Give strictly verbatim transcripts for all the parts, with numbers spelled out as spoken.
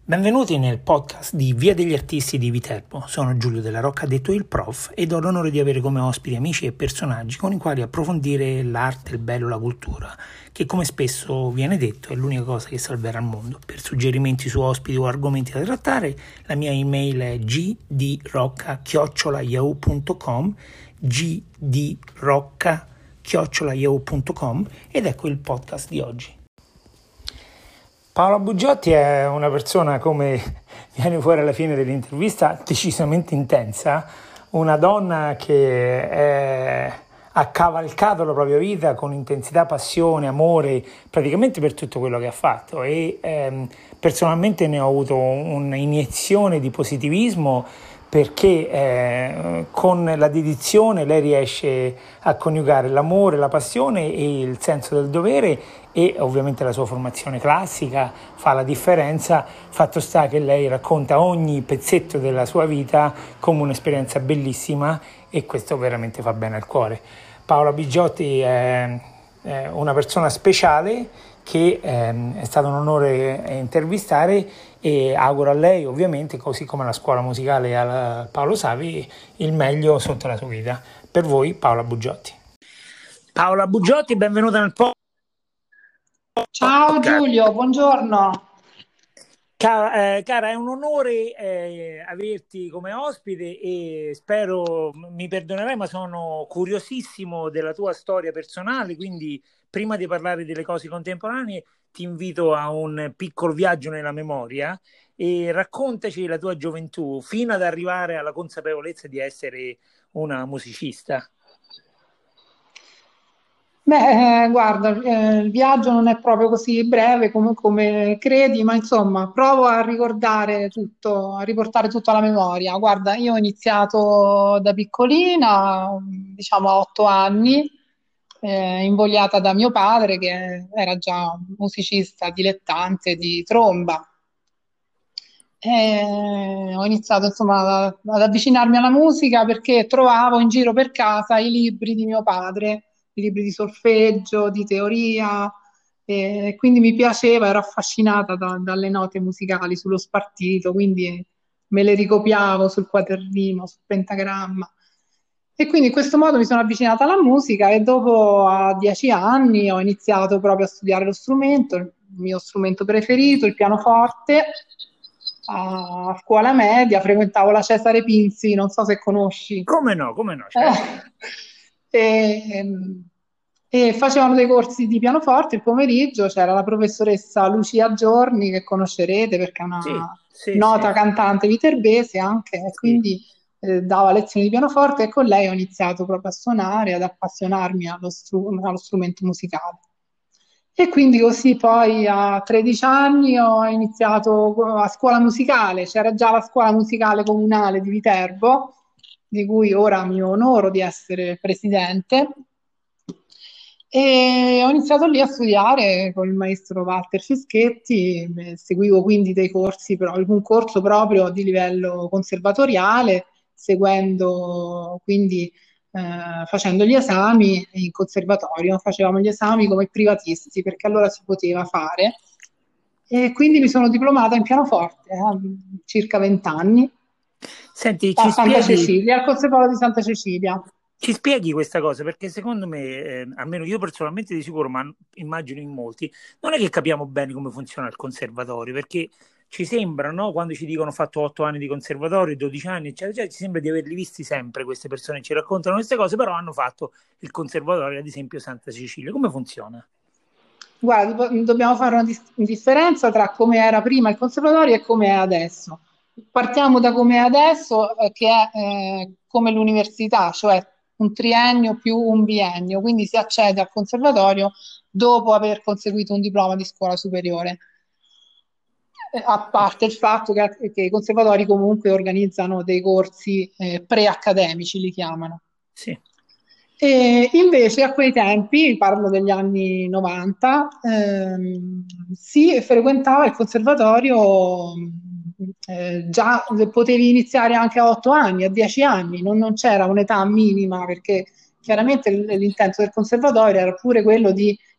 Benvenuti nel podcast di Via degli Artisti di Viterbo. Sono Giulio Della Rocca, detto il prof, ed ho l'onore di avere come ospiti amici e personaggi con i quali approfondire l'arte, il bello, la cultura, che come spesso viene detto è l'unica cosa che salverà il mondo. Per suggerimenti su ospiti o argomenti da trattare, la mia email è gdrocca chiocciola yahoo punto com, gdrocca chiocciola yahoo punto com, ed ecco il podcast di oggi. Paola Bugiotti è una persona, come viene fuori alla fine dell'intervista, decisamente intensa, una donna che è, ha cavalcato la propria vita con intensità, passione, amore, praticamente per tutto quello che ha fatto, e ehm, personalmente ne ho avuto un'iniezione di positivismo perché eh, con la dedizione lei riesce a coniugare l'amore, la passione e il senso del dovere, e ovviamente la sua formazione classica fa la differenza. Fatto sta che lei racconta ogni pezzetto della sua vita come un'esperienza bellissima, e questo veramente fa bene al cuore. Paola Bugiotti è, è una persona speciale che eh, è stato un onore intervistare, e auguro a lei, ovviamente, così come alla scuola musicale e a Paolo Savi, il meglio sotto la sua guida. Per voi, Paola Bugiotti. Paola Bugiotti, benvenuta nel podcast. Ciao Giulio, buongiorno. Cara, eh, cara, è un onore eh, averti come ospite, e spero mi perdonerai, ma sono curiosissimo della tua storia personale, quindi prima di parlare delle cose contemporanee ti invito a un piccolo viaggio nella memoria e raccontaci la tua gioventù fino ad arrivare alla consapevolezza di essere una musicista. Beh, eh, guarda, eh, il viaggio non è proprio così breve come, come credi, ma insomma, provo a ricordare tutto, a riportare tutto alla memoria. Guarda, io ho iniziato da piccolina, diciamo a otto anni, eh, invogliata da mio padre, che era già un musicista dilettante di tromba. E ho iniziato insomma ad ad avvicinarmi alla musica perché trovavo in giro per casa i libri di mio padre, i libri di solfeggio, di teoria, e quindi mi piaceva, ero affascinata da- dalle note musicali sullo spartito, quindi me le ricopiavo sul quadernino, sul pentagramma. E quindi in questo modo mi sono avvicinata alla musica, e dopo a dieci anni ho iniziato proprio a studiare lo strumento, il mio strumento preferito, il pianoforte. A scuola media frequentavo la Cesare Pinzi, non so se conosci. Come no, come no, certo. Eh, e, e facevamo dei corsi di pianoforte il pomeriggio, c'era la professoressa Lucia Giorni, che conoscerete perché è Sì, una sì, sì, nota cantante viterbese anche, e sì. quindi eh, dava lezioni di pianoforte, e con lei ho iniziato proprio a suonare, ad appassionarmi allo, stru- allo strumento musicale. E quindi così poi a tredici anni ho iniziato a scuola musicale, c'era già la scuola musicale comunale di Viterbo, di cui ora mi onoro di essere presidente, e ho iniziato lì a studiare con il maestro Walter Fischetti. eh, seguivo quindi dei corsi, però, un corso proprio di livello conservatoriale, seguendo quindi eh, facendo gli esami in conservatorio, facevamo gli esami come privatisti perché allora si poteva fare, e quindi mi sono diplomata in pianoforte eh, a circa venti anni Senti, a ci Santa spieghi Cecilia, al Conservatorio di Santa Cecilia. Ci spieghi questa cosa? Perché secondo me, eh, almeno io personalmente di sicuro, ma immagino in molti, non è che capiamo bene come funziona il conservatorio, perché ci sembra, no? Quando ci dicono ho fatto otto anni di conservatorio, dodici anni, eccetera, eccetera, ci sembra di averli visti sempre queste persone che ci raccontano queste cose, però hanno fatto il conservatorio, ad esempio, Santa Cecilia. Come funziona? Guarda, do- dobbiamo fare una dis- differenza tra come era prima il conservatorio e come è adesso. Partiamo da come è adesso, eh, che è eh, come l'università, cioè un triennio più un biennio, quindi si accede al conservatorio dopo aver conseguito un diploma di scuola superiore. Eh, A parte il fatto che, che i conservatori comunque organizzano dei corsi eh, pre-accademici, li chiamano. Sì. E invece a quei tempi, parlo degli anni novanta, ehm, si frequentava il conservatorio, eh, già potevi iniziare anche a otto anni, a dieci anni, non, non c'era un'età minima, perché chiaramente l- l'intento del conservatorio era pure quello di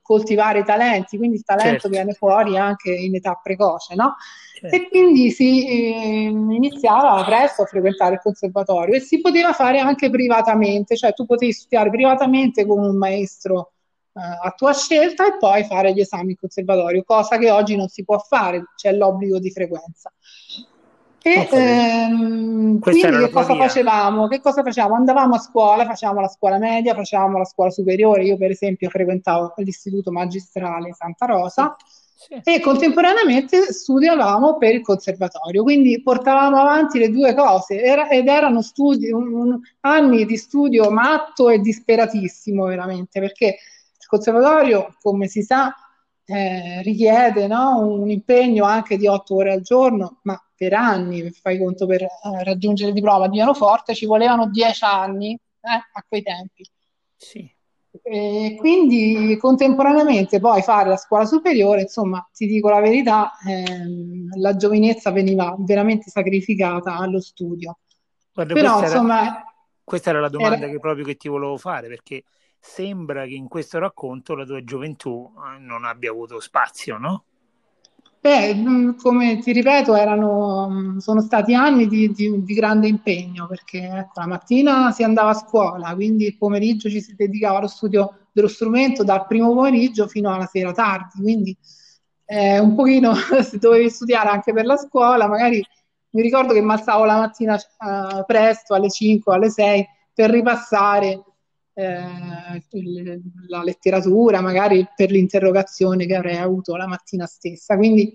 coltivare i talenti, quindi il talento certo, viene fuori anche in età precoce, no? E certo. quindi si eh, iniziava presto a frequentare il conservatorio e si poteva fare anche privatamente, cioè tu potevi studiare privatamente con un maestro eh, a tua scelta e poi fare gli esami in conservatorio, cosa che oggi non si può fare, c'è l'obbligo di frequenza. Ho E capito. ehm, Questa quindi era la che tua cosa via. facevamo? Che cosa facevamo? Andavamo a scuola, facevamo la scuola media, facevamo la scuola superiore. Io, per esempio, frequentavo l'istituto magistrale Santa Sì, Rosa sì. e contemporaneamente studiavamo per il conservatorio. Quindi portavamo avanti le due cose Era- ed erano studi, un- un- anni di studio matto e disperatissimo, veramente, perché il conservatorio, come si sa, eh, richiede, no, un impegno anche di otto ore al giorno, ma per anni, fai conto, per eh, raggiungere il diploma di pianoforte ci volevano dieci anni eh, a quei tempi. Sì. E quindi contemporaneamente poi fare la scuola superiore, insomma, ti dico la verità, ehm, la giovinezza veniva veramente sacrificata allo studio. Guarda, Però, questa era, insomma, questa era la era, domanda che proprio che ti volevo fare, perché sembra che in questo racconto la tua gioventù eh, non abbia avuto spazio, no? beh, mh, come ti ripeto, erano, mh, sono stati anni di, di- di grande impegno perché ecco, la mattina si andava a scuola, quindi il pomeriggio ci si dedicava allo studio dello strumento dal primo pomeriggio fino alla sera tardi, quindi eh, un pochino se dovevi studiare anche per la scuola, magari mi ricordo che mi alzavo la mattina eh, presto alle cinque o alle sei per ripassare eh, il- la letteratura, magari per l'interrogazione che avrei avuto la mattina stessa. Quindi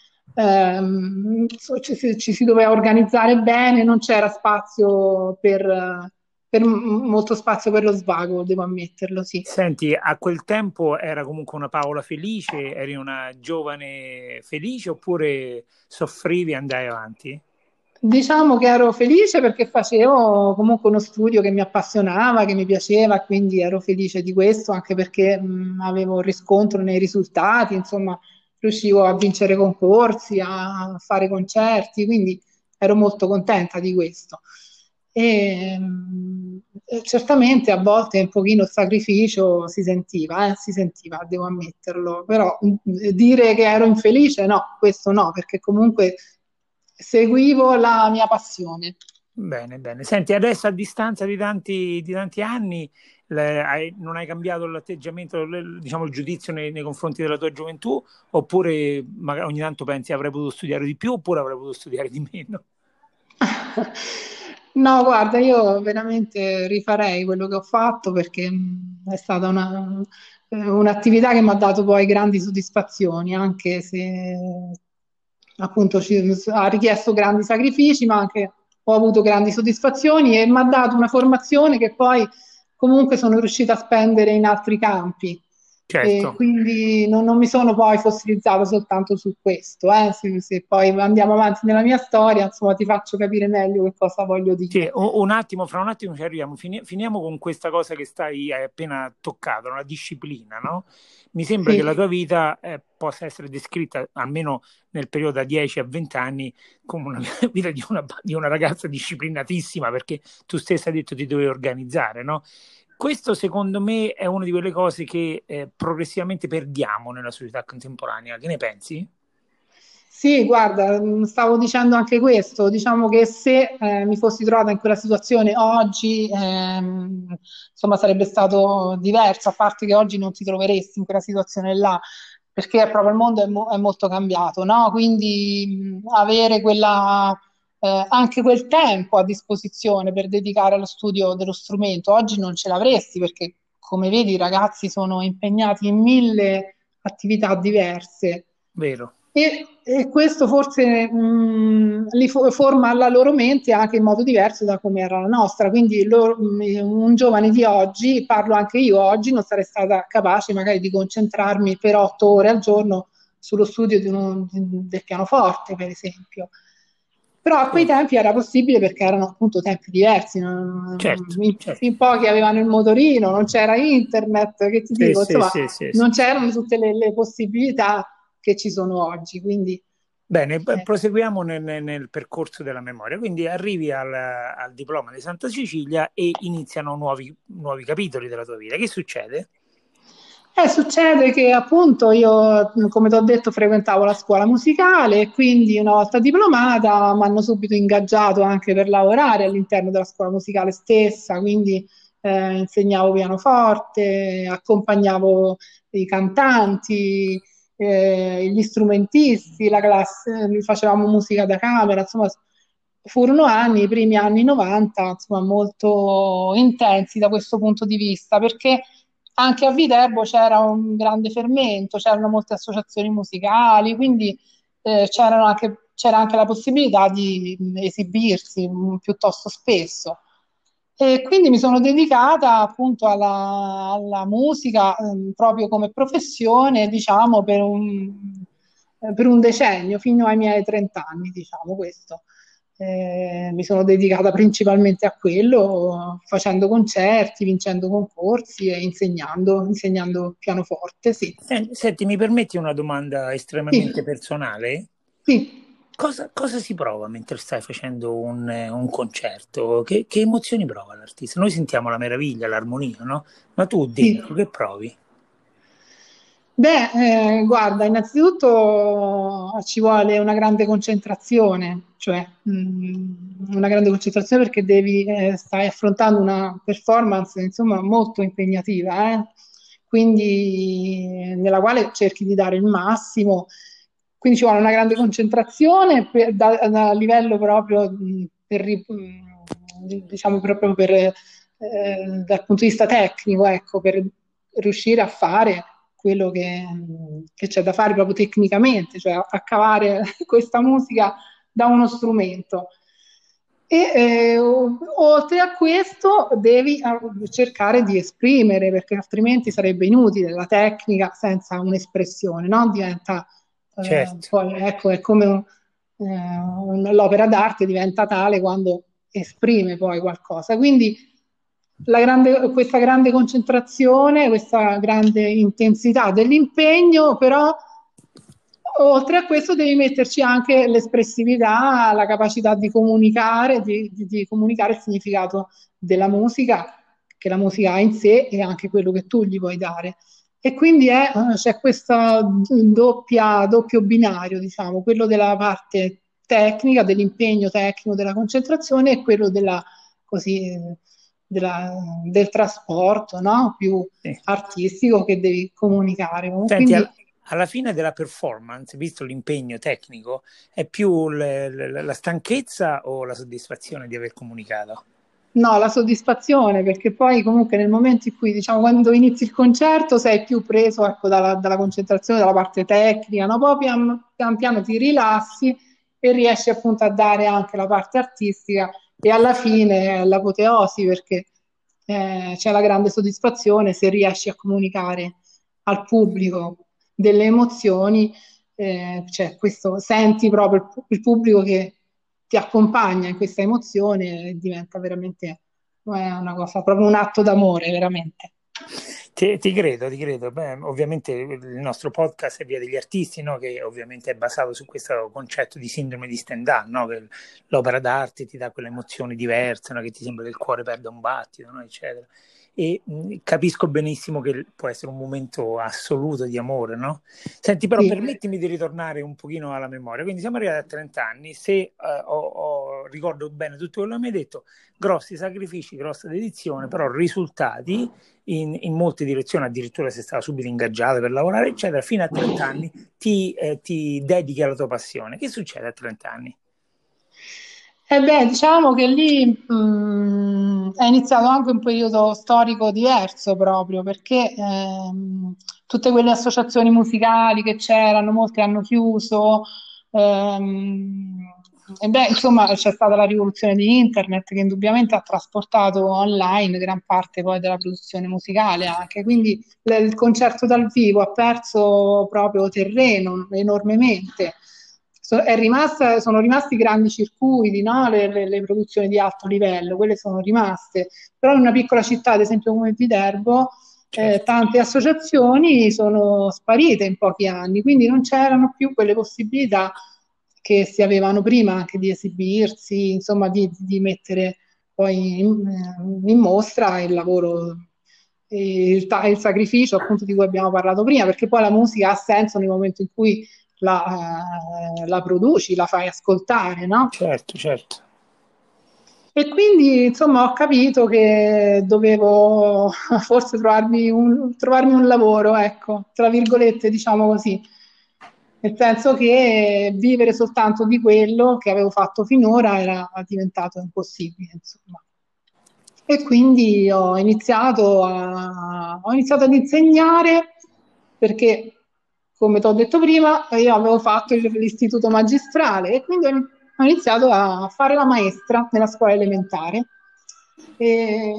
ehm, so- ci, si ci si doveva organizzare bene, non c'era spazio per, per m- molto spazio per lo svago, devo ammetterlo, sì. Senti, a quel tempo era comunque una Paola felice, eri una giovane felice oppure soffrivi e andai avanti? Diciamo che ero felice perché facevo comunque uno studio che mi appassionava, che mi piaceva, quindi ero felice di questo, anche perché mh, avevo un riscontro nei risultati, insomma, riuscivo a vincere concorsi, a fare concerti, quindi ero molto contenta di questo. E, mh, e certamente a volte un pochino il sacrificio si sentiva, eh, si sentiva, devo ammetterlo, però mh, dire che ero infelice, no, questo no, perché comunque seguivo la mia passione. Bene, bene. Senti, adesso a distanza di tanti, di tanti anni, le- hai- non hai cambiato l'atteggiamento, le- diciamo il giudizio nei, nei confronti della tua gioventù, oppure magari ogni tanto pensi avrei potuto studiare di più oppure avrei potuto studiare di meno? No, guarda, io veramente rifarei quello che ho fatto perché mh, è stata una- eh, un'attività che mi ha dato poi grandi soddisfazioni, anche se appunto ci, ha richiesto grandi sacrifici, ma anche ho avuto grandi soddisfazioni e mi ha dato una formazione che poi comunque sono riuscita a spendere in altri campi. E Certo. quindi non, non mi sono poi fossilizzata soltanto su questo. Eh. Se, se poi andiamo avanti nella mia storia, insomma, ti faccio capire meglio che cosa voglio Sì, dire. u- un attimo, fra un attimo ci arriviamo. Fini- finiamo con questa cosa che stai, hai appena toccato, la disciplina, no? Mi sembra che la Sì. tua vita eh, possa essere descritta, almeno nel periodo da dieci a venti anni, come una vita di una, di una ragazza disciplinatissima, perché tu stessa hai detto ti dovevi organizzare, no? Questo secondo me è una di quelle cose che eh, progressivamente perdiamo nella società contemporanea. Che ne pensi? Sì, guarda, mh, stavo dicendo anche questo, diciamo che se eh, mi fossi trovata in quella situazione oggi, ehm, insomma, sarebbe stato diverso, a parte che oggi non ti troveresti in quella situazione là, perché proprio il mondo è, mo- è molto cambiato, no? Quindi mh, avere quella, eh, anche quel tempo a disposizione per dedicare allo studio dello strumento, oggi non ce l'avresti, perché come vedi i ragazzi sono impegnati in mille attività diverse. Vero? E, e questo forse mh, li fo- forma la loro mente anche in modo diverso da come era la nostra. Quindi loro- mh, un giovane di oggi, parlo anche io oggi, non sarei stata capace magari di concentrarmi per otto ore al giorno sullo studio di uno- di- del pianoforte, per esempio. Però a quei Sì. tempi era possibile perché erano appunto tempi diversi, non- Certo, in, certo. in pochi avevano il motorino, non c'era internet, che ti Sì, dico, sì, insomma, sì, sì, sì, non sì. c'erano tutte le, le possibilità che ci sono oggi. Quindi, Bene, b- eh, proseguiamo nel, nel- nel percorso della memoria. Quindi arrivi al, al diploma di Santa Cecilia e iniziano nuovi, nuovi capitoli della tua vita. Che succede? Eh, succede che appunto io, come ti ho detto, frequentavo la scuola musicale e quindi una volta diplomata mi hanno subito ingaggiato anche per lavorare all'interno della scuola musicale stessa, quindi eh, insegnavo pianoforte, accompagnavo i cantanti, eh, gli strumentisti, la classe, facevamo musica da camera, insomma, furono anni, i primi anni novanta, insomma, molto intensi da questo punto di vista, perché anche a Viterbo c'era un grande fermento, c'erano molte associazioni musicali, quindi eh, c'erano anche, c'era anche la possibilità di mh, esibirsi mh, piuttosto spesso. E quindi mi sono dedicata appunto alla, alla musica ehm, proprio come professione, diciamo, per un, eh, per un decennio, fino ai miei trenta anni, diciamo questo. Eh, mi sono dedicata principalmente a quello, facendo concerti, vincendo concorsi e insegnando, insegnando pianoforte, sì. Sen- Senti, mi permetti una domanda estremamente Sì, personale? sì, Cosa, cosa si prova mentre stai facendo un, eh, un concerto? Che, che emozioni prova l'artista? Noi sentiamo la meraviglia, l'armonia, no? Ma tu sì. dentro che provi? Beh, eh, guarda, innanzitutto ci vuole una grande concentrazione, cioè mm, una grande concentrazione perché devi, eh, stai affrontando una performance, insomma, molto impegnativa, eh? Quindi nella quale cerchi di dare il massimo. Quindi ci vuole una grande concentrazione per- da, da livello proprio, mm, per, ri- mm, diciamo proprio per, eh, dal punto di vista tecnico, ecco, per riuscire a fare quello che, che c'è da fare proprio tecnicamente, cioè a, a cavare questa musica da uno strumento. E eh, o- oltre a questo devi eh, cercare di esprimere, perché altrimenti sarebbe inutile la tecnica senza un'espressione, no? Diventa eh, Certo. poi ecco, è come un- eh, un- l'opera d'arte diventa tale quando esprime poi qualcosa. Quindi la grande- questa grande concentrazione, questa grande intensità dell'impegno, però oltre a questo devi metterci anche l'espressività, la capacità di comunicare, di, di- di comunicare il significato della musica, che la musica ha in sé e anche quello che tu gli vuoi dare. E quindi è, eh, c'è questo doppia, doppio binario, diciamo, quello della parte tecnica, dell'impegno tecnico, della concentrazione e quello della, così, eh, della- del trasporto, no? Più Sì. artistico che devi comunicare. Senti, al- Quindi alla fine della performance, visto l'impegno tecnico, è più le- le- la stanchezza o la soddisfazione di aver comunicato? no, la soddisfazione, perché poi comunque nel momento in cui, diciamo, quando inizi il concerto sei più preso, ecco, dalla, dalla concentrazione, dalla parte tecnica, no? Poi pian, pian piano ti rilassi e riesci appunto a dare anche la parte artistica e alla fine è l'apoteosi perché eh, c'è la grande soddisfazione se riesci a comunicare al pubblico delle emozioni, eh, cioè questo, senti proprio il, pu- il pubblico che ti accompagna in questa emozione e diventa veramente è una cosa, proprio un atto d'amore, veramente. Ti, ti credo, ti credo. Beh, ovviamente il nostro podcast è Via degli Artisti, no? Che ovviamente è basato su questo concetto di sindrome di Stendhal, no? Che l'opera d'arte ti dà quelle emozioni diverse, no? Che ti sembra che il cuore perda un battito, no? Eccetera. E mh, capisco benissimo che può essere un momento assoluto di amore, no? Senti, però Sì, permettimi di ritornare un pochino alla memoria. Quindi siamo arrivati a trenta anni, se eh, ho, ho- ricordo bene tutto quello che mi hai detto, grossi sacrifici, grossa dedizione, però risultati in, in molte direzioni, addirittura sei stata subito ingaggiata per lavorare, eccetera, fino a trenta anni ti, eh, ti dedichi alla tua passione. Che succede a trenta anni? e beh, diciamo che lì mh, è iniziato anche un periodo storico diverso proprio perché ehm, tutte quelle associazioni musicali che c'erano, molte hanno chiuso. ehm, e beh, insomma, c'è stata la rivoluzione di Internet che indubbiamente ha trasportato online gran parte poi della produzione musicale anche, quindi l- il concerto dal vivo ha perso proprio terreno enormemente. So- è rimasta- sono rimasti i grandi circuiti, no? Le, le- le produzioni di alto livello, quelle sono rimaste, però in una piccola città, ad esempio come Viterbo, eh, Certo. tante associazioni sono sparite in pochi anni, quindi non c'erano più quelle possibilità che si avevano prima anche di esibirsi, insomma di, di mettere poi in, in mostra il lavoro il, ta- il sacrificio appunto di cui abbiamo parlato prima, perché poi la musica ha senso nel momento in cui la, eh, la produci, la fai ascoltare, no? Certo, certo. E quindi insomma ho capito che dovevo forse trovarmi un, trovarmi un lavoro, ecco, tra virgolette, diciamo così, nel senso che vivere soltanto di quello che avevo fatto finora era diventato impossibile, insomma. E quindi ho iniziato, a, ho iniziato ad insegnare perché, come ti ho detto prima, io avevo fatto il- l'istituto magistrale e quindi ho iniziato a fare la maestra nella scuola elementare. E,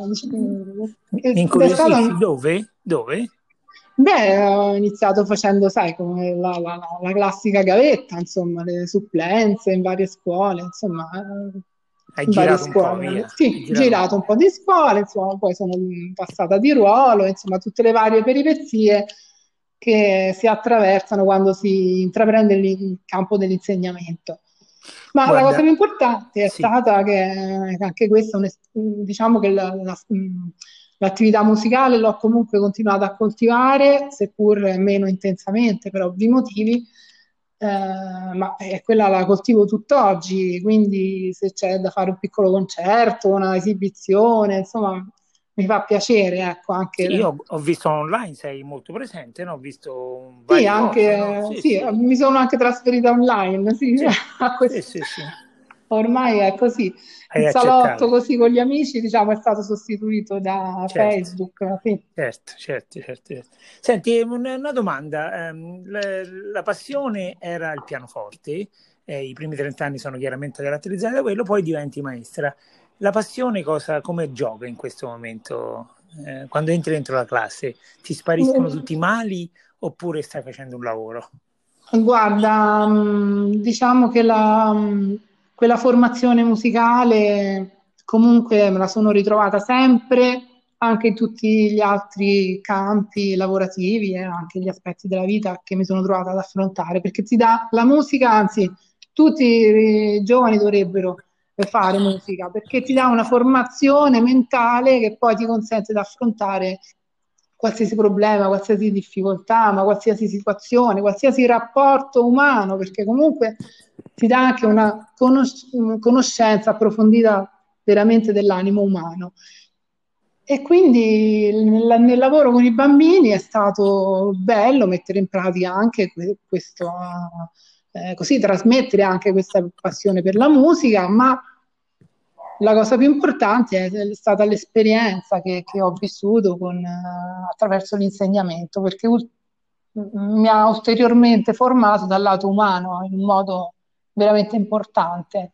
Mi ed è incuriosisci? stato, Dove? Dove? beh, ho iniziato facendo, sai, come la, la- la- la classica gavetta, insomma, le supplenze in varie scuole, insomma, eh, Hai in varie girato un po', scuole. via. Hai Sì, ho girato un girato un po'. po' di scuole, insomma, poi sono passata di ruolo, insomma, tutte le varie peripezie che si attraversano quando si intraprende il il campo dell'insegnamento. Ma la cosa Guarda, più importante è sì. stata che che anche questa, è un- diciamo che la- la- mh, l'attività musicale l'ho comunque continuata a coltivare, seppur meno intensamente per ovvi motivi, eh, ma eh, quella la coltivo tutt'oggi, quindi se c'è da fare un piccolo concerto, una esibizione, insomma, mi fa piacere, ecco, Sì, io anche ho ho visto online, sei molto presente, no? Ho visto sì, varie cose, no? anche, Sì, sì, sì, mi sono anche trasferita online, sì, sì, a sì, questo- sì, sì. ormai è così. Hai Il accettato. salotto così con gli amici, diciamo, è stato sostituito da Certo, Facebook, sì. certo, certo, certo, certo. Senti, una, una domanda. ehm, la, la passione era il pianoforte, eh, i primi trenta anni sono chiaramente caratterizzati da quello, poi diventi maestra. La passione cosa, come gioca in questo momento? Eh, quando entri dentro la classe, ti spariscono tutti i mali oppure stai facendo un lavoro? Guarda, mh, diciamo che la, mh, quella formazione musicale comunque me la sono ritrovata sempre, anche in tutti gli altri campi lavorativi e anche gli aspetti della vita che mi sono trovata ad affrontare, perché ti dà la musica, anzi, tutti i giovani dovrebbero fare musica, perché ti dà una formazione mentale che poi ti consente di affrontare qualsiasi problema, qualsiasi difficoltà, ma qualsiasi situazione, qualsiasi rapporto umano, perché comunque ti dà anche una conos- conoscenza approfondita veramente dell'animo umano. E quindi nel, nel lavoro con i bambini è stato bello mettere in pratica anche que- questo, eh, così trasmettere anche questa passione per la musica, ma la cosa più importante è stata l'esperienza che, che ho vissuto con, eh, attraverso l'insegnamento, perché ul- mi ha ulteriormente formato dal lato umano in un modo veramente importante.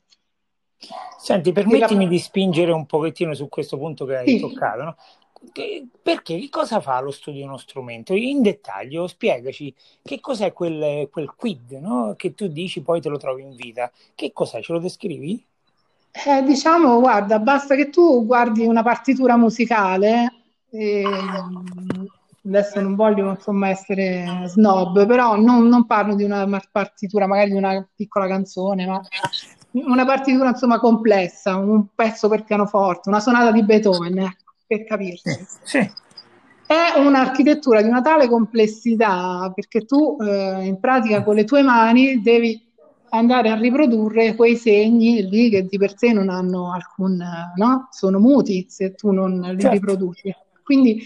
Senti, Il permettimi rap- di spingere un pochettino su questo punto che hai sì. toccato, no? Che- perché? Che cosa fa lo studio di uno strumento? In dettaglio, spiegaci che cos'è quel, quel quid, no? Che tu dici poi te lo trovi in vita. Che cos'è? Ce lo descrivi? Eh, diciamo, guarda, basta che tu guardi una partitura musicale, e, mh, adesso non voglio insomma essere snob, però non, non parlo di una ma- partitura, magari di una piccola canzone, ma una partitura insomma complessa, un pezzo per pianoforte, una sonata di Beethoven, ecco, per Sì, capirci. sì, È un'architettura di una tale complessità perché tu eh, in pratica con le tue mani devi andare a riprodurre quei segni lì che di per sé non hanno alcun, eh, no? Sono muti se tu non li certo. riproduci. Quindi,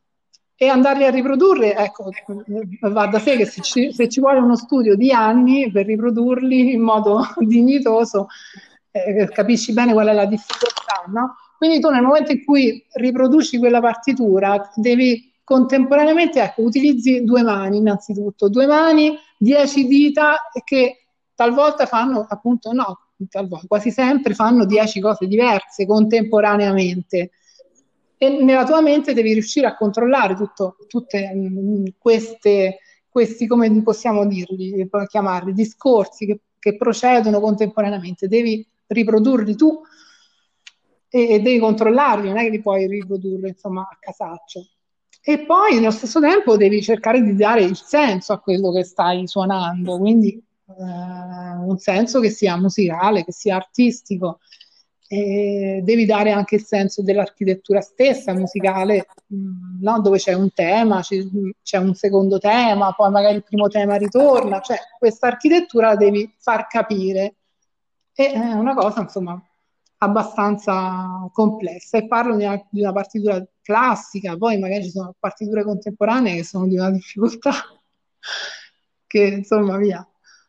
e andarli a riprodurre, ecco, va da sé che se ci, se ci vuole uno studio di anni per riprodurli in modo dignitoso, eh, capisci bene qual è la difficoltà, no? Quindi tu nel momento in cui riproduci quella partitura, devi contemporaneamente, ecco, utilizzi due mani innanzitutto, due mani, dieci dita che talvolta fanno, appunto no, talvolta, quasi sempre fanno dieci cose diverse contemporaneamente. E nella tua mente devi riuscire a controllare tutto, tutte mh, queste, questi, come possiamo dirli, chiamarli, discorsi che, che procedono contemporaneamente. Devi riprodurli tu e, e devi controllarli, non è che li puoi riprodurre insomma a casaccio. E poi nello stesso tempo devi cercare di dare il senso a quello che stai suonando, quindi eh, un senso che sia musicale, che sia artistico. E devi dare anche il senso dell'architettura stessa musicale, mh, no? Dove c'è un tema, ci- c'è un secondo tema, poi magari il primo tema ritorna, cioè questa architettura la devi far capire. E è una cosa, insomma, abbastanza complessa. E parlo di una, di una partitura classica, poi magari ci sono partiture contemporanee che sono di una difficoltà che, insomma, via,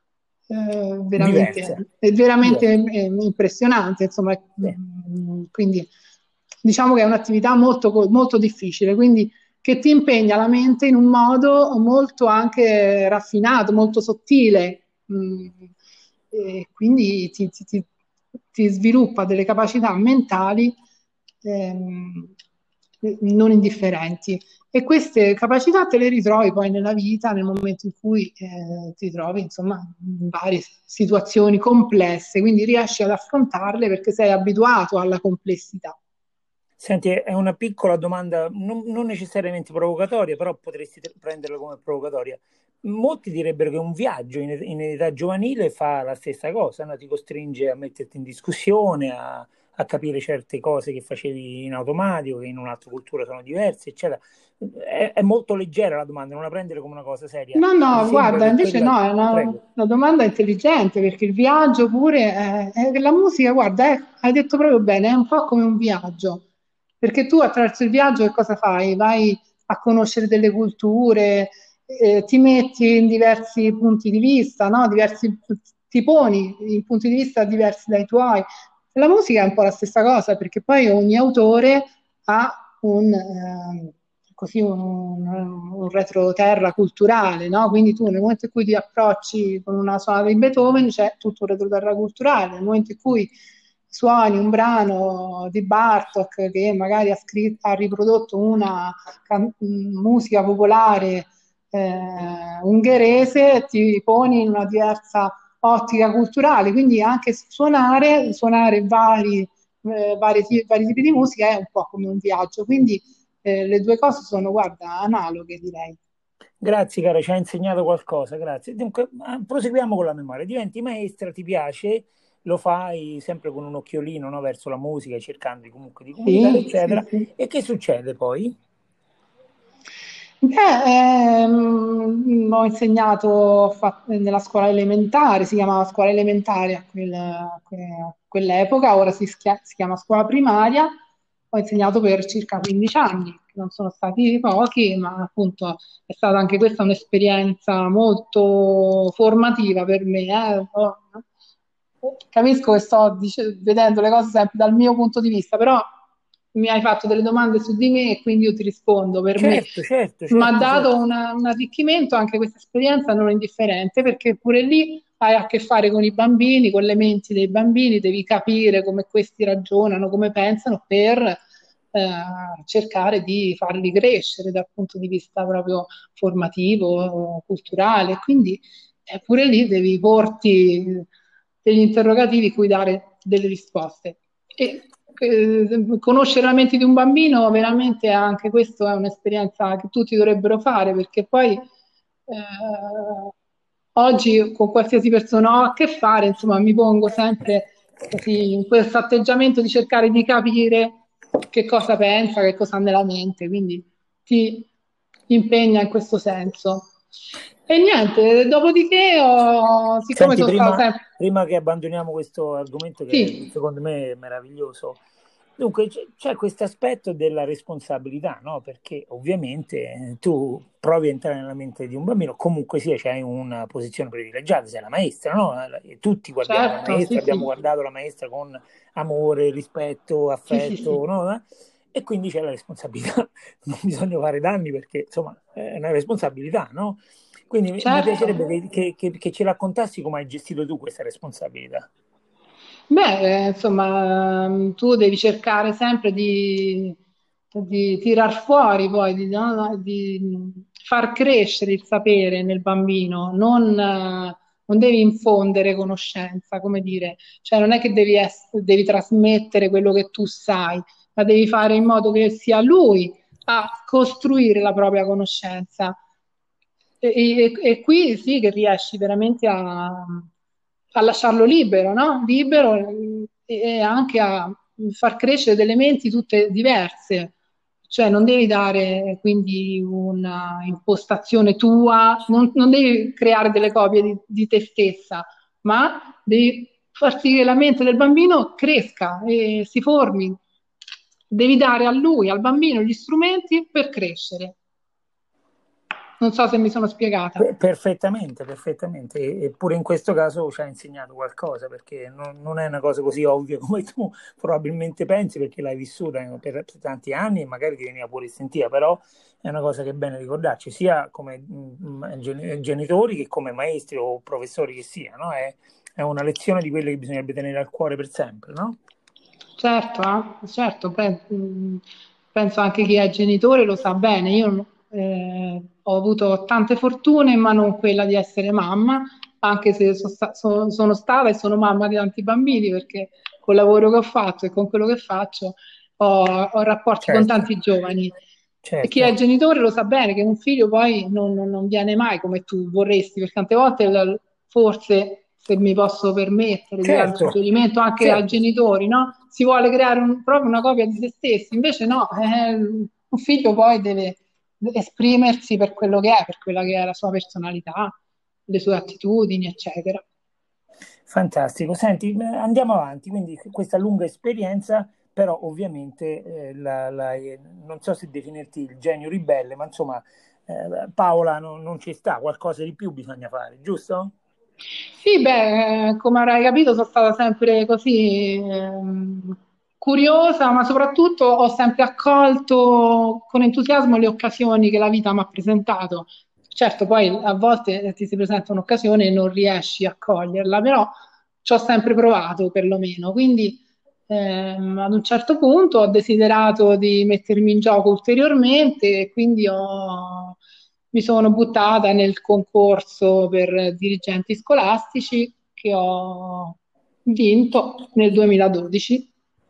eh, Diverse, veramente, è veramente diverse. eh, impressionante, insomma, Sì. mm, quindi diciamo che è un'attività molto, co- molto difficile, quindi che ti impegna la mente in un modo molto anche raffinato, molto sottile, mm, e quindi ti, ti- ti- ti sviluppa delle capacità mentali ehm, non indifferenti. E queste capacità te le ritrovi poi nella vita nel momento in cui eh, ti trovi, insomma, in varie situazioni complesse, quindi riesci ad affrontarle perché sei abituato alla complessità. Senti, è una piccola domanda, non, non necessariamente provocatoria, però potresti te- prenderla come provocatoria. Molti direbbero che un viaggio in, in età giovanile fa la stessa cosa, no? Ti costringe a metterti in discussione, a, a capire certe cose che facevi in automatico, che in un'altra cultura sono diverse, eccetera. È, è molto leggera la domanda, non la prendere come una cosa seria. No, Mi no, sembra guarda, che invece quella... no, è una, Prego. una domanda intelligente perché il viaggio pure, è, è- la musica, guarda, è- hai detto proprio bene, è un po' come un viaggio, perché tu attraverso il viaggio che cosa fai? Vai a conoscere delle culture, eh, ti metti in diversi punti di vista, no? Diversi, ti poni in punti di vista diversi dai tuoi. La musica è un po' la stessa cosa perché poi ogni autore ha un... ehm, così un, un retroterra culturale, no? Quindi tu nel momento in cui ti approcci con una sonata di Beethoven c'è tutto un retroterra culturale, nel momento in cui suoni un brano di Bartok che magari ha, scritto, ha riprodotto una can- musica popolare eh, ungherese, ti poni in una diversa ottica culturale, quindi anche suonare, suonare vari, eh, vari, vari tipi di musica è un po' come un viaggio, quindi eh, le due cose sono, guarda, analoghe, direi. Grazie, cara, ci ha insegnato qualcosa, grazie. Dunque, ah, proseguiamo con la memoria. Diventi maestra, ti piace, lo fai sempre con un occhiolino, no, verso la musica, cercando di- comunque di comunicare, Sì, sì, eccetera. sì. E che succede poi? Beh, ehm, ho insegnato ho fatto- nella scuola elementare, si chiamava scuola elementare a quel- a que- a quell'epoca, ora si, schia- si chiama scuola primaria. Ho insegnato per circa quindici anni, che non sono stati pochi, ma appunto è stata anche questa un'esperienza molto formativa per me. eh. Ho- Capisco che sto dice- vedendo le cose sempre dal mio punto di vista, però mi hai fatto delle domande su di me e quindi io ti rispondo per me. Certo, certo, Mi ha certo, dato certo. una- un arricchimento anche questa esperienza non indifferente, perché pure lì hai a che fare con i bambini, con le menti dei bambini, devi capire come questi ragionano, come pensano per eh, cercare di farli crescere dal punto di vista proprio formativo, culturale. Quindi eh, pure lì devi porti degli interrogativi cui dare delle risposte. E eh, conoscere la mente di un bambino, veramente anche questo è un'esperienza che tutti dovrebbero fare, perché poi eh, oggi con qualsiasi persona ho a che fare, insomma, mi pongo sempre così in questo atteggiamento di cercare di capire che cosa pensa, che cosa ha nella mente, quindi ti impegna in questo senso. E niente, dopodiché, ho, siccome Senti, sono stata prima, sempre... prima che abbandoniamo questo argomento che Sì, secondo me è meraviglioso, dunque c'è c'è questo aspetto della responsabilità, no? Perché ovviamente eh, tu provi a entrare nella mente di un bambino, comunque sia, c'hai una posizione privilegiata, sei la maestra, no? E tutti guardiamo la certo, sì, maestra, abbiamo sì, guardato la maestra con amore, rispetto, sì, sì, affetto, sì. no? E quindi c'è la responsabilità, non bisogna fare danni perché insomma è una responsabilità, no? Quindi mi mi Certo. piacerebbe che, che- che- che ci raccontassi come hai gestito tu questa responsabilità. Beh, eh, insomma, ehm, tu devi cercare sempre di, di tirar fuori poi, di, no, no, di far crescere il sapere nel bambino, non, eh, non devi infondere conoscenza, come dire, cioè non è che devi, ess- devi trasmettere quello che tu sai, ma devi fare in modo che sia lui a costruire la propria conoscenza. E, e- e qui sì che riesci veramente a, a lasciarlo libero, no? Libero, e anche a far crescere delle menti tutte diverse. Cioè non devi dare quindi una impostazione tua, non, non devi creare delle copie di, di te stessa, ma devi far sì che la mente del bambino cresca e si formi. Devi dare a lui, al bambino, gli strumenti per crescere. Non so se mi sono spiegata. Per- Perfettamente, perfettamente. E- Eppure in questo caso ci ha insegnato qualcosa, perché non, non è una cosa così ovvia come tu probabilmente pensi, perché l'hai vissuta per tanti anni e magari ti veniva pure istintiva, però è una cosa che è bene ricordarci, sia come mm, gen- genitori che come maestri o professori che siano. È, è una lezione di quelle che bisognerebbe tenere al cuore per sempre, no? Certo, eh, certo, pe- mh, penso anche chi è genitore lo sa bene. Io eh, ho avuto tante fortune, ma non quella di essere mamma, anche se so sta- so- sono stata e sono mamma di tanti bambini, perché col lavoro che ho fatto e con quello che faccio ho, ho rapporti con Certo, tanti giovani. E chi è certo, genitore lo sa bene che un figlio poi non, non- non viene mai come tu vorresti, perché tante volte la- forse, se mi posso permettere di dare un certo, suggerimento anche ai certo. genitori, no? Si vuole creare un- proprio una copia di se stessi, invece no, eh, un figlio poi deve esprimersi per quello che è, per quella che è la sua personalità, le sue attitudini, eccetera. Fantastico. Senti, eh, andiamo avanti. Quindi questa lunga esperienza, però ovviamente eh, la- la- eh, non so se definirti il genio ribelle, ma insomma, eh, Paola non, non ci sta, qualcosa di più bisogna fare, giusto? Sì, beh, eh, come avrai capito, sono stata sempre così ehm, curiosa, ma soprattutto ho sempre accolto con entusiasmo le occasioni che la vita mi ha presentato. Certo, poi a volte ti si presenta un'occasione e non riesci a coglierla, però ci ho sempre provato perlomeno. Quindi ehm, ad un certo punto ho desiderato di mettermi in gioco ulteriormente e quindi ho mi sono buttata nel concorso per dirigenti scolastici che ho vinto nel duemiladodici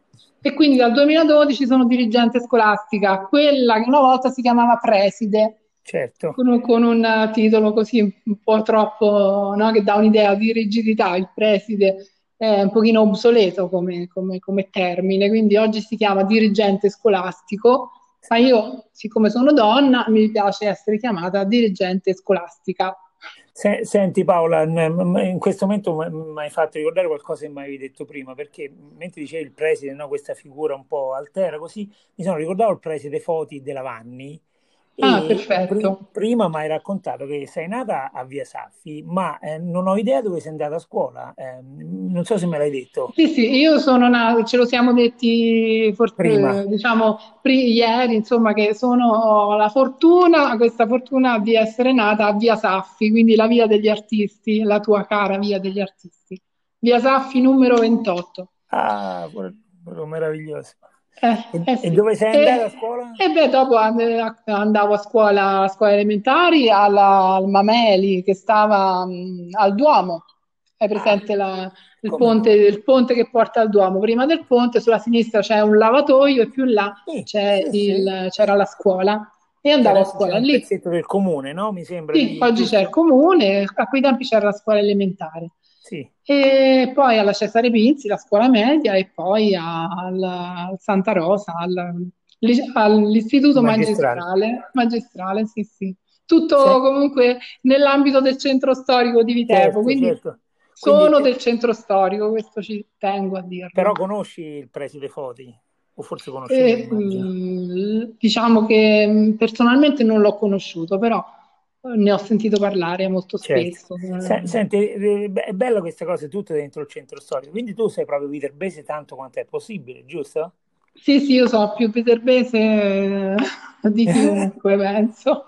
e quindi dal duemiladodici sono dirigente scolastica, quella che una volta si chiamava preside, Certo. con un, con un titolo così un po' troppo, no, che dà un'idea di rigidità, il preside è un pochino obsoleto come, come come termine, quindi oggi si chiama dirigente scolastico, ma io, siccome sono donna, mi piace essere chiamata dirigente scolastica. Se- senti Paola, n- m- in questo momento m- mi hai fatto ricordare qualcosa che mi avevi detto prima, perché mentre dicevi il preside, no, questa figura un po' altera, così mi sono ricordato il preside Foti della Vanni Ah, e pri- perfetto. prima mi hai raccontato che sei nata a Via Saffi, ma eh, non ho idea dove sei andata a scuola. Eh, non so se me l'hai detto Sì, sì, io sono nata, ce lo siamo detti, for- prima. eh, diciamo, pri- ieri, insomma, che sono, ho la fortuna, questa fortuna di essere nata a Via Saffi, quindi la via degli artisti, la tua cara via degli artisti. Via Saffi numero ventotto. Ah, quello quello meraviglioso. Eh, E, eh e sì. dove sei andata E, a scuola? e beh, dopo and- andavo a scuola, a scuola elementari alla- al Mameli che stava mh, al Duomo. Hai Ah, presente la- il come ponte, no? il ponte che porta al Duomo? Prima del ponte, sulla sinistra c'è un lavatoio e più là Sì, c'è sì, sì. il- c'era la scuola. E Che andavo a adesso c'è scuola un lì. pezzetto del comune, no? Mi sembra Sì, lì, oggi c'è il giusto? comune, a quei tempi c'era la scuola elementare. Sì, E poi alla Cesare Pinzi, la scuola media, e poi al, al Santa Rosa, al- all'istituto magistrale. magistrale, magistrale, sì, sì. Tutto Se- comunque nell'ambito del centro storico di Viterbo, certo, quindi certo. Quindi, sono eh, del centro storico, questo ci tengo a dirlo. però conosci il preside Foti? O forse conoscevo, E, immagino. mh, diciamo che mh, personalmente non l'ho conosciuto, però eh, ne ho sentito parlare molto Certo. spesso. Se- Eh, senti, eh, è bello questa cosa, tutto dentro il centro storico. Quindi tu sei proprio viterbese tanto quanto è possibile, giusto? Sì, sì, io so più viterbese eh, di chiunque, penso.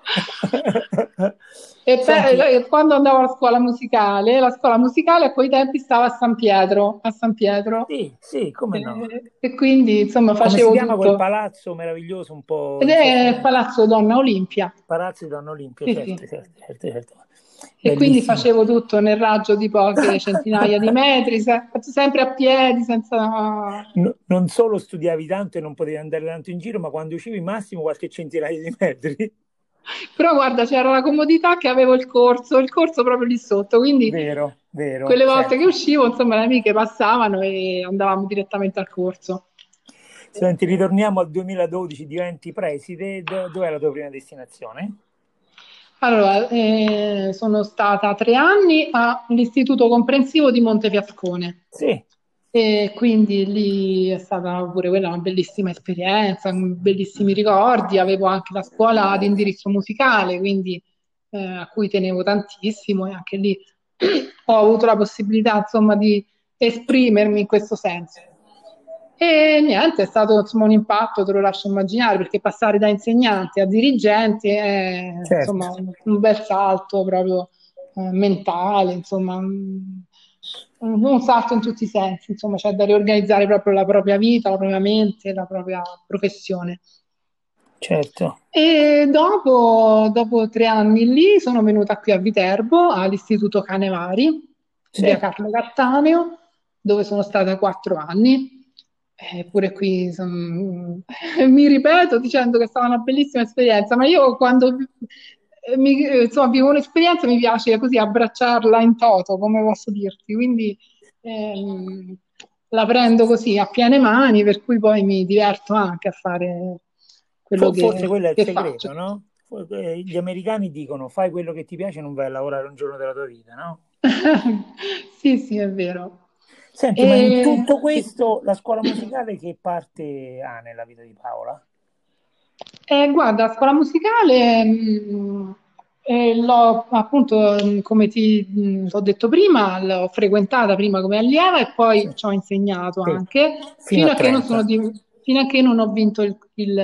E Senti, pe- e quando andavo alla scuola musicale, la scuola musicale a quei tempi stava a San Pietro, a San Pietro. sì, sì, come no? E, e quindi insomma Come si facevo chiama quel tutto. palazzo meraviglioso un po' Ed in è soffitta? Palazzo Donna Olimpia. Palazzo di Donna Olimpia, Sì, certo, sì. certo, certo, certo. E quindi Bellissimo. facevo tutto nel raggio di poche centinaia di metri, se- sempre a piedi, senza. No- non solo studiavi tanto e non potevi andare tanto in giro, ma quando uscivi massimo qualche centinaio di metri. Però guarda, c'era la comodità che avevo il corso, il corso proprio lì sotto, quindi Vero, vero, quelle volte che certo. uscivo, insomma, le amiche passavano e andavamo direttamente al corso. Senti, ritorniamo al duemiladodici, diventi preside, do- dov'è la tua prima destinazione? Allora, eh, sono stata tre anni all'Istituto Comprensivo di Montefiascone. Sì, E quindi lì è stata pure quella una bellissima esperienza, con bellissimi ricordi. Avevo anche la scuola di indirizzo musicale, quindi eh, a cui tenevo tantissimo e anche lì ho avuto la possibilità, insomma, di esprimermi in questo senso. E niente, è stato insomma un impatto, te lo lascio immaginare, perché passare da insegnante a dirigente è certo. insomma un, un bel salto proprio eh, mentale, insomma, un, un salto in tutti i sensi, insomma, c'è da riorganizzare proprio la propria vita, la propria mente, la propria professione. Certo, E dopo, dopo tre anni lì sono venuta qui a Viterbo, all'Istituto Canevari, via sì. Carlo Cattaneo, dove sono stata quattro anni. Eppure qui son- mi ripeto dicendo che è stata una bellissima esperienza, ma io quando eh, mi, eh, insomma, vivo un'esperienza mi piace così abbracciarla in toto, come posso dirti, quindi ehm, la prendo così a piene mani, per cui poi mi diverto anche a fare quello Fo- che, Forse quello è il che faccio. segreto, no? For- eh, Gli americani dicono fai quello che ti piace e non vai a lavorare un giorno della tua vita, no? Sì, sì, è vero. Senti, ma in E, tutto sì. questo la scuola musicale che parte ha nella vita di Paola? Eh, guarda, scuola musicale, mh, eh, l'ho appunto, mh, come ti mh, ho detto prima, l'ho frequentata prima come allieva e Sì, poi ci ho insegnato sì, anche, fino fino a a che non sono trenta. di- fino a che non ho vinto il, il,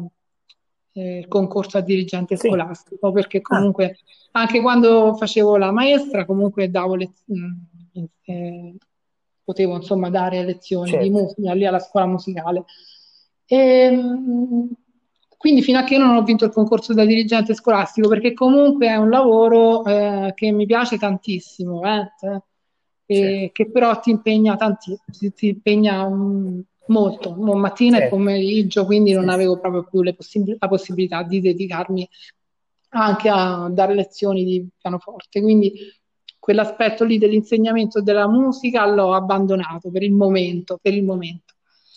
eh, il concorso a dirigente Sì. scolastico, perché Ah, comunque anche quando facevo la maestra, comunque davo lez- mh, eh, potevo insomma dare lezioni di certo, musica lì alla scuola musicale. E, mh, quindi fino a che non ho vinto il concorso da dirigente scolastico, perché comunque è un lavoro eh, che mi piace tantissimo, eh, cioè, certo, e che però ti impegna tanti, ti, ti impegna mm, molto, mo mattina e certo. pomeriggio, quindi non Sì, sì. avevo proprio più le possib- la possibilità di dedicarmi anche a dare lezioni di pianoforte. Quindi quell'aspetto lì dell'insegnamento della musica l'ho abbandonato per il momento, per il momento.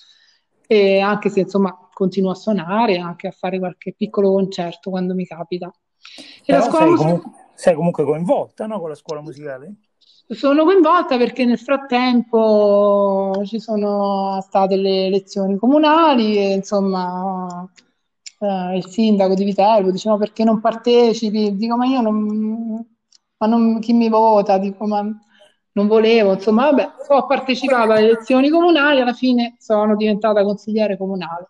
E anche se insomma continuo a suonare, anche a fare qualche piccolo concerto quando mi capita. E la Però scuola sei musicale comunque, sei comunque coinvolta, no, con la scuola musicale? sono coinvolta perché nel frattempo ci sono state le elezioni comunali e insomma eh, il sindaco di Viterbo dice no perché non partecipi? Dico ma io non, ma non- chi mi vota? Dico ma non volevo, insomma vabbè, ho partecipato alle elezioni comunali, alla fine sono diventata consigliere comunale.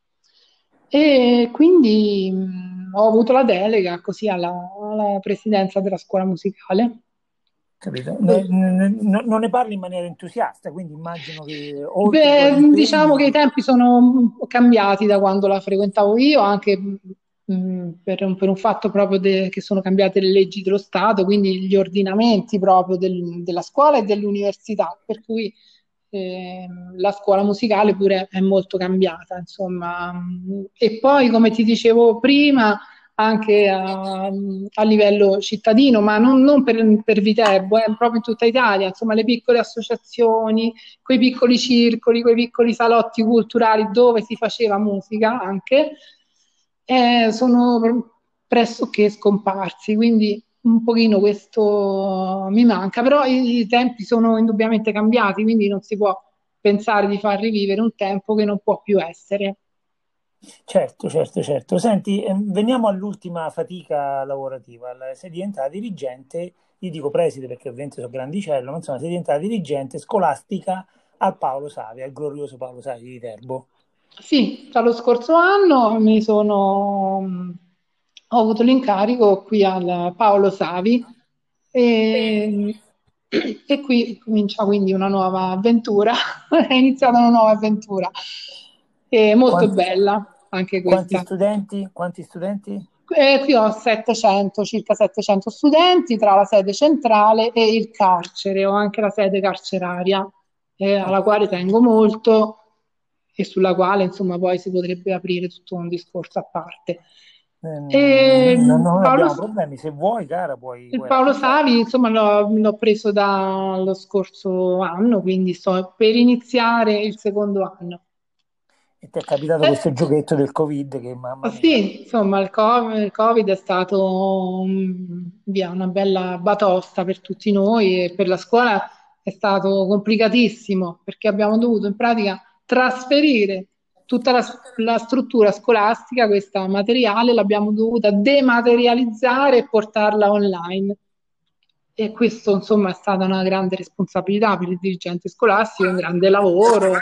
E quindi mh, ho avuto la delega così alla, alla presidenza della scuola musicale. Capito? Ne- ne- ne- non ne parli in maniera entusiasta, quindi immagino che oltre ai tuoi Beh, diciamo che i impegni, tempi sono cambiati da quando la frequentavo io, anche mh, per un, per un fatto proprio de- che sono cambiate le leggi dello Stato, quindi gli ordinamenti proprio del- della scuola e dell'università, per cui ehm, la scuola musicale pure è molto cambiata, insomma. E poi, come ti dicevo prima, anche a, a livello cittadino, ma non, non per, per Viterbo, eh, proprio in tutta Italia, insomma, le piccole associazioni, quei piccoli circoli, quei piccoli salotti culturali dove si faceva musica anche, eh, sono pressoché scomparsi, quindi un pochino questo mi manca, però i, i tempi sono indubbiamente cambiati, quindi non si può pensare di far rivivere un tempo che non può più essere. certo, certo, certo. Senti, ehm, veniamo all'ultima fatica lavorativa. La- Sei diventata dirigente, io dico preside perché ovviamente sono grandicello, ma insomma, sei diventata dirigente scolastica al Paolo Savi, al glorioso Paolo Savi di Viterbo. Sì, dallo scorso anno mi sono, mh, ho avuto l'incarico qui al Paolo Savi e, e qui comincia quindi una nuova avventura, è iniziata una nuova avventura, e molto Quanti, bella anche quanti questa. studenti? Quanti studenti? Eh, qui ho settecento, circa settecento studenti tra la sede centrale e il carcere, ho anche la sede carceraria, eh, Ah, alla quale tengo molto e sulla quale insomma poi si potrebbe aprire tutto un discorso a parte. Eh, E non, il non Paolo, abbiamo problemi, se vuoi, cara, puoi, il puoi Paolo raccontare. Savi, insomma, l'ho l'ho preso dallo scorso anno, quindi sto per iniziare il secondo anno. E ti è capitato Eh, questo giochetto del Covid che, mamma mia. Sì, insomma, il co- il Covid è stato mm, via, una bella batosta per tutti noi e per la scuola è stato complicatissimo perché abbiamo dovuto in pratica trasferire tutta la, la struttura scolastica, questa materiale, l'abbiamo dovuta dematerializzare e portarla online. E questo, insomma, è stata una grande responsabilità per il dirigente scolastico, un grande lavoro.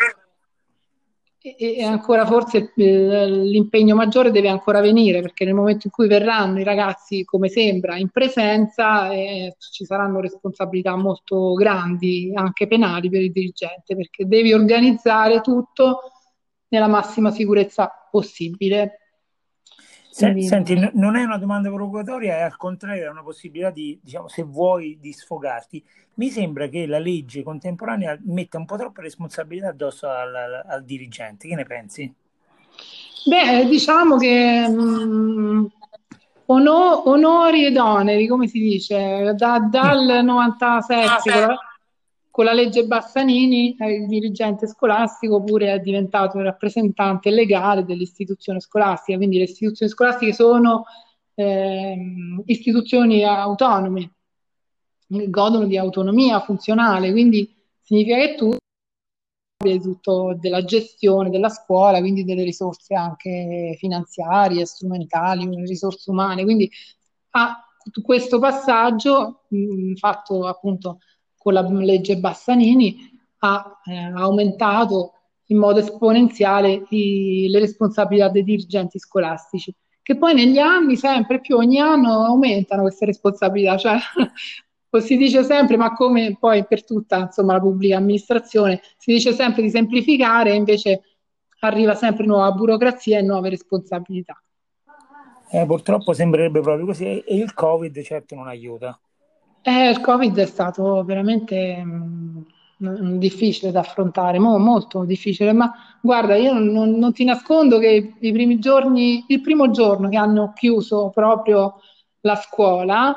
E, e ancora forse il- l'impegno maggiore deve ancora venire, perché nel momento in cui verranno i ragazzi, come sembra, in presenza, eh, ci saranno responsabilità molto grandi, anche penali per il dirigente, perché devi organizzare tutto nella massima sicurezza possibile. Se- Quindi, senti, n- non è una domanda provocatoria, è al contrario, è una possibilità di, diciamo, se vuoi, di sfogarti. Mi sembra che la legge contemporanea metta un po' troppe responsabilità addosso al, al- al dirigente. Che ne pensi? beh, diciamo che mh, ono- onori ed oneri, come si dice, da- dal novantasette con la, con la legge Bassanini, eh, il dirigente scolastico pure è diventato un rappresentante legale dell'istituzione scolastica, quindi le istituzioni scolastiche sono ehm, istituzioni autonome, godono di autonomia funzionale, quindi significa che tu di tutto della gestione della scuola, quindi delle risorse anche finanziarie, strumentali, risorse umane. Quindi a questo passaggio, mh, fatto appunto con la legge Bassanini, ha eh, aumentato in modo esponenziale i- le responsabilità dei dirigenti scolastici, che poi negli anni, sempre più, ogni anno aumentano queste responsabilità, cioè si dice sempre, ma come poi per tutta insomma, la pubblica amministrazione, si dice sempre di semplificare, e invece arriva sempre nuova burocrazia e nuove responsabilità. Eh, purtroppo sembrerebbe proprio così e e il Covid certo non aiuta. Eh, il Covid è stato veramente mh, difficile da affrontare, mo- molto difficile, ma guarda, io non, non ti nascondo che i primi giorni, il primo giorno che hanno chiuso proprio la scuola,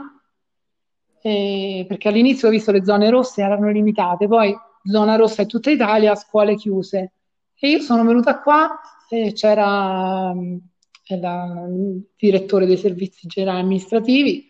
eh, perché all'inizio ho visto le zone rosse erano limitate, poi zona rossa in tutta Italia, scuole chiuse. E io sono venuta qua e c'era mh, la- il direttore dei servizi generali amministrativi.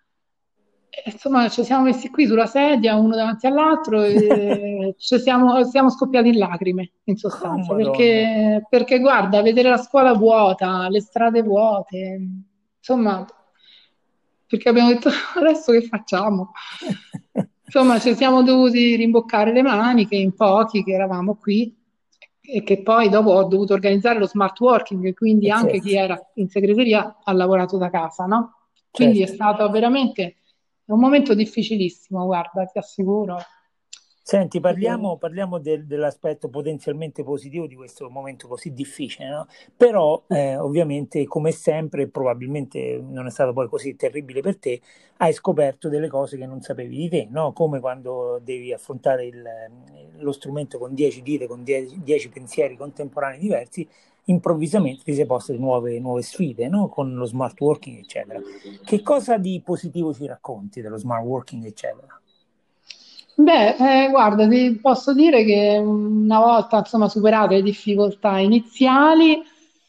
E, insomma, ci siamo messi qui sulla sedia, uno davanti all'altro, e ci siamo, siamo scoppiati in lacrime, in Oh, sostanza, Madonna. perché, perché guarda, vedere la scuola vuota, le strade vuote, insomma, perché abbiamo detto adesso che facciamo? Insomma, ci siamo dovuti rimboccare le maniche in pochi che eravamo qui e che poi dopo ho dovuto organizzare lo smart working, quindi Eh, anche chi certo, era in segreteria ha lavorato da casa, no? Quindi è certo. stato veramente un momento difficilissimo, guarda, ti assicuro. Senti, Eh, parliamo, parliamo del- dell'aspetto potenzialmente positivo di questo momento così difficile, no? Però, eh, ovviamente, come sempre, probabilmente non è stato poi così terribile per te, hai scoperto delle cose che non sapevi di te, no? Come quando devi affrontare il- lo strumento con dieci dita, con dieci, dieci pensieri contemporanei diversi, improvvisamente ti sei posto di nuove, nuove sfide, no? Con lo smart working, eccetera. Che cosa di positivo ci racconti dello smart working, eccetera? Beh, eh, guarda, ti posso dire che una volta insomma, superate le difficoltà iniziali,